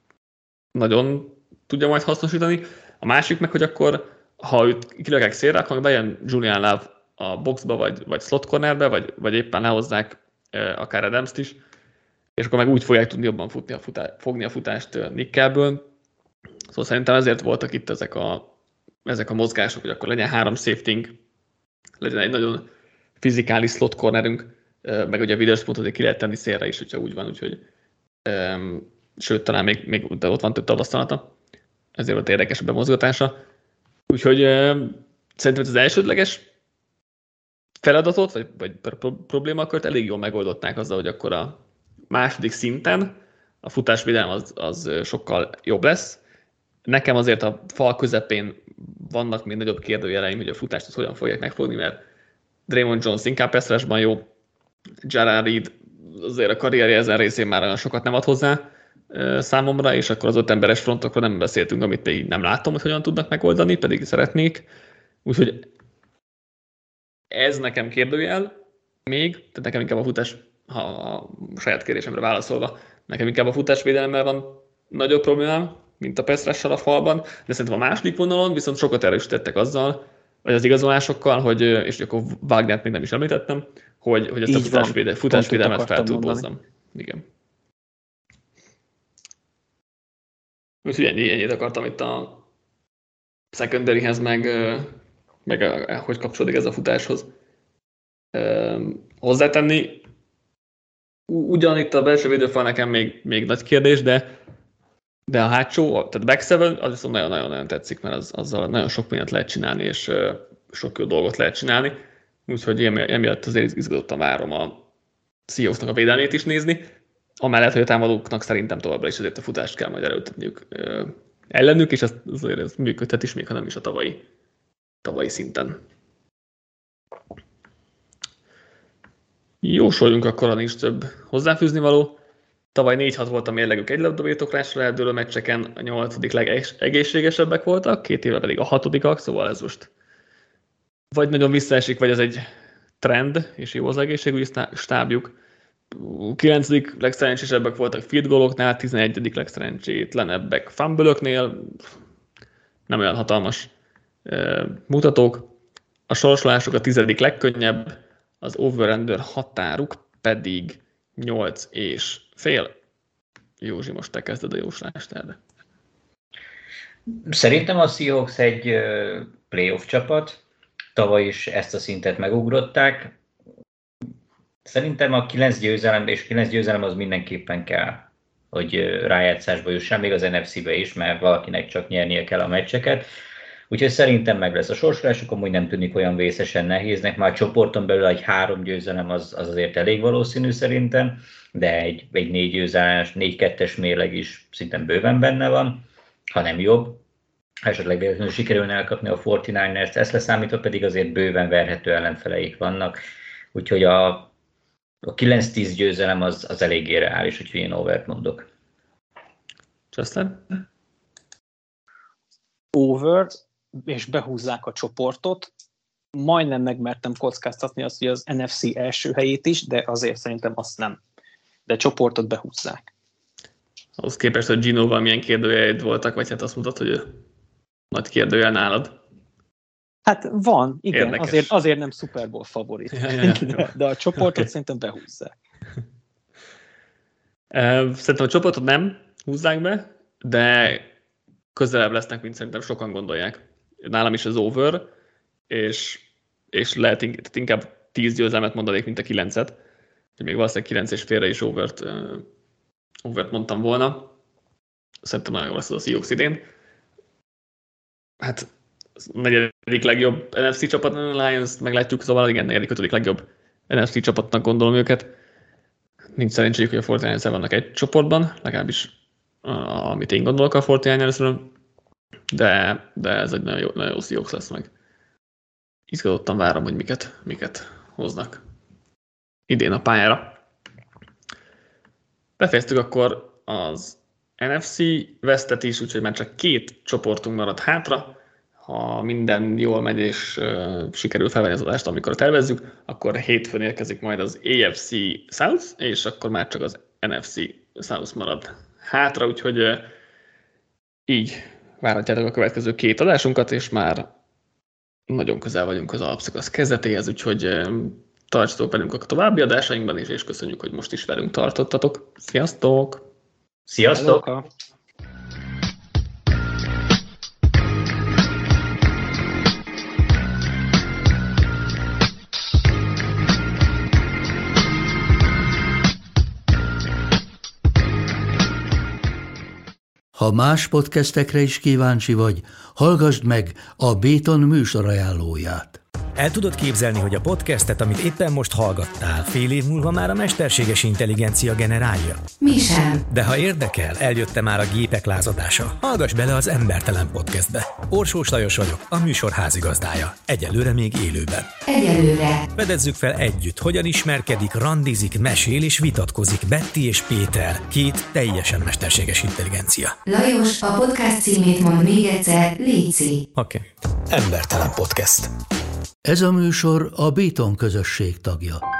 nagyon tudja majd hasznosítani. A másik meg, hogy akkor, ha őt kilökek szélre, akkor bejön Julian Love a boxba, vagy, vagy slot cornerbe, vagy, vagy éppen lehozzák ö, akár Adams-t is, és akkor meg úgy fogják tudni jobban futni a futá, fogni a futást nickelből. Szóval szerintem ezért voltak itt ezek a, ezek a mozgások, hogy akkor legyen három safety-nk, legyen egy nagyon fizikális slot cornerünk, meg ugye a Witherspoon azért ki lehet tenni szélre is, hogyha úgy van, úgyhogy um, sőt, talán még, még de ott van több tapasztalata, ezért volt érdekesebb a mozgatása. Úgyhogy um, szerintem az elsődleges feladatot, vagy, vagy problémakört elég jól megoldották azzal, hogy akkor a második szinten a futásvédelem az, az sokkal jobb lesz. Nekem azért a fal közepén vannak még nagyobb kérdőjeleim, hogy a futást az hogyan fogják megfogni, mert Draymond Jones inkább pass-rushban jó, Jarrell Reed azért a karrierje ezen részén már olyan sokat nem ad hozzá számomra, és akkor az öt emberes frontokról nem beszéltünk, amit még nem látom, hogy hogyan tudnak megoldani, pedig szeretnék. Úgyhogy ez nekem kérdőjel még, tehát nekem inkább a futás, ha a saját kérdésemre válaszolva, nekem inkább a futásvédelemmel van nagyobb problémám, mint a pass rush-sal a falban, de szerintem a második vonalon viszont sokat erősítettek azzal, vagy az igazolásokkal, hogy, és akkor Wagnert még nem is említettem, hogy, hogy ezt a futásvéde, futásvédelmet fel tudbozzam. Igen. Úgyhogy ennyi, ennyit akartam itt a secondaryhez, meg, meg a, hogy kapcsolódik ez a futáshoz hozzátenni. Ugyan itt a belső védőfal nekem még, még nagy kérdés, de De a hátsó, tehát back seven, az viszont nagyon-nagyon tetszik, mert az, azzal nagyon sok mindent lehet csinálni, és uh, sok jó dolgot lehet csinálni. Úgyhogy emiatt azért izgatottan várom a Seahawksnak a védelmét is nézni. Amellett, hogy a támadóknak szerintem továbbra is azért a futást kell majd erőltetniük uh, ellenük, és ez, azért ez működhet is, még ha nem is a tavalyi, tavalyi szinten. Jósoljunk akkor, nincs több hozzáfűzni való. Tavaly négy hat volt a mérlegük egy labdabirtoklásra eldőlő meccseken, a nyolcadik legegészségesebbek voltak, két éve pedig a hatodikak, szóval ez most vagy nagyon visszaesik, vagy ez egy trend, és jó az egészségügyi stábjuk. kilencedik legszerencsésebbek voltak field goaloknál, tizenegyedik legszerencsétlenebbek fumble-öknél, nem olyan hatalmas e, mutatók. A sorsolások a tizedik legkönnyebb, az over-under határuk pedig nyolc és fél. Józsi, most te kezded a jóslást erre. Szerintem a Seahawks egy playoff csapat. Tavaly is ezt a szintet megugrották. Szerintem a kilenc győzelem, és kilenc győzelem az mindenképpen kell. hogy rájátszásba jussál, még az en ef cé-be is, mert valakinek csak nyernie kell a meccseket. Úgyhogy szerintem meg lesz a sorsolásuk, amúgy nem tűnik olyan vészesen nehéznek, már csoporton belül egy három győzelem az, az azért elég valószínű szerintem, de egy, egy négy győzelmes, négy kettes mérleg is szinte bőven benne van, ha nem jobb. Esetleg véletlenül sikerülne elkapni a negyvenkilencest, ezt leszámítva pedig azért bőven verhető ellenfeleik vannak, úgyhogy a, a kilenc-tíz győzelem az, az eléggé reális, úgyhogy én overt mondok. Justin? Over, és behúzzák a csoportot. Majdnem megmertem kockáztatni azt, hogy az en ef cé első helyét is, de azért szerintem azt nem. De csoportot behúzzák. Ahhoz képest, hogy Ginoval milyen kérdőjelid voltak, vagy hát azt mutat, hogy ő nagy kérdőjel nálad. Hát van, igen, Érdekes. azért, azért nem Super Bowl favorit. Ja, ja, ja. de, de a csoportot Okay. szerintem behúzzák. Szerintem a csoportot nem húzzák be, de közelebb lesznek, mint szerintem sokan gondolják. Nálam is az over, és, és lehet inkább, inkább tíz győzelmet mondanék, mint a kilencet. Még valószínűleg kilenc és félre is overt, uh, overt mondtam volna. Szerintem nagyon jó lesz az a Seahawks idén. Hát a negyedik legjobb en ef cé csapat, a Lions meglátjuk, szóval igen, negyedik, ötödik legjobb en ef cé csapatnak gondolom őket. Nincs szerencséjük, hogy a negyvenkilenc vannak egy csoportban, legalábbis uh, amit én gondolok a negyvenkilencről, de, de ez egy nagyon jó, nagyon jó Seahawks lesz meg. Izgatottan várom, hogy miket, miket hoznak idén a pályára. Befejeztük akkor az en ef cé Westet is, úgyhogy már csak két csoportunk maradt hátra. Ha minden jól megy és uh, sikerül felvenni az adást, amikor tervezzük, akkor hétfőn érkezik majd az á ef cé South, és akkor már csak az en ef cé South marad hátra, úgyhogy uh, így várhatjátok a következő két adásunkat, és már nagyon közel vagyunk az alapszakasz kezdetéhez, úgyhogy uh, tartsatok velünk a további adásainkban is, és köszönjük, hogy most is velünk tartottatok. Sziasztok! Sziasztok! Hello. Ha más podcastekre is kíváncsi vagy, hallgassd meg a Béton műsor ajánlóját. El tudod képzelni, hogy a podcastet, amit éppen most hallgattál, fél év múlva már a mesterséges intelligencia generálja? Mi sem. De ha érdekel, eljött már a gépek lázadása. Hallgass bele az Embertelen Podcastbe. Orsós Lajos vagyok, a műsor házigazdája. Egyelőre még élőben. Egyelőre. Fedezzük fel együtt, hogyan ismerkedik, randizik, mesél és vitatkozik Betty és Péter, két teljesen mesterséges intelligencia. Lajos, a podcast címét mond még egyszer, léci. Oké. Okay. Embertelen Podcast. Ez a műsor a Béton közösség tagja.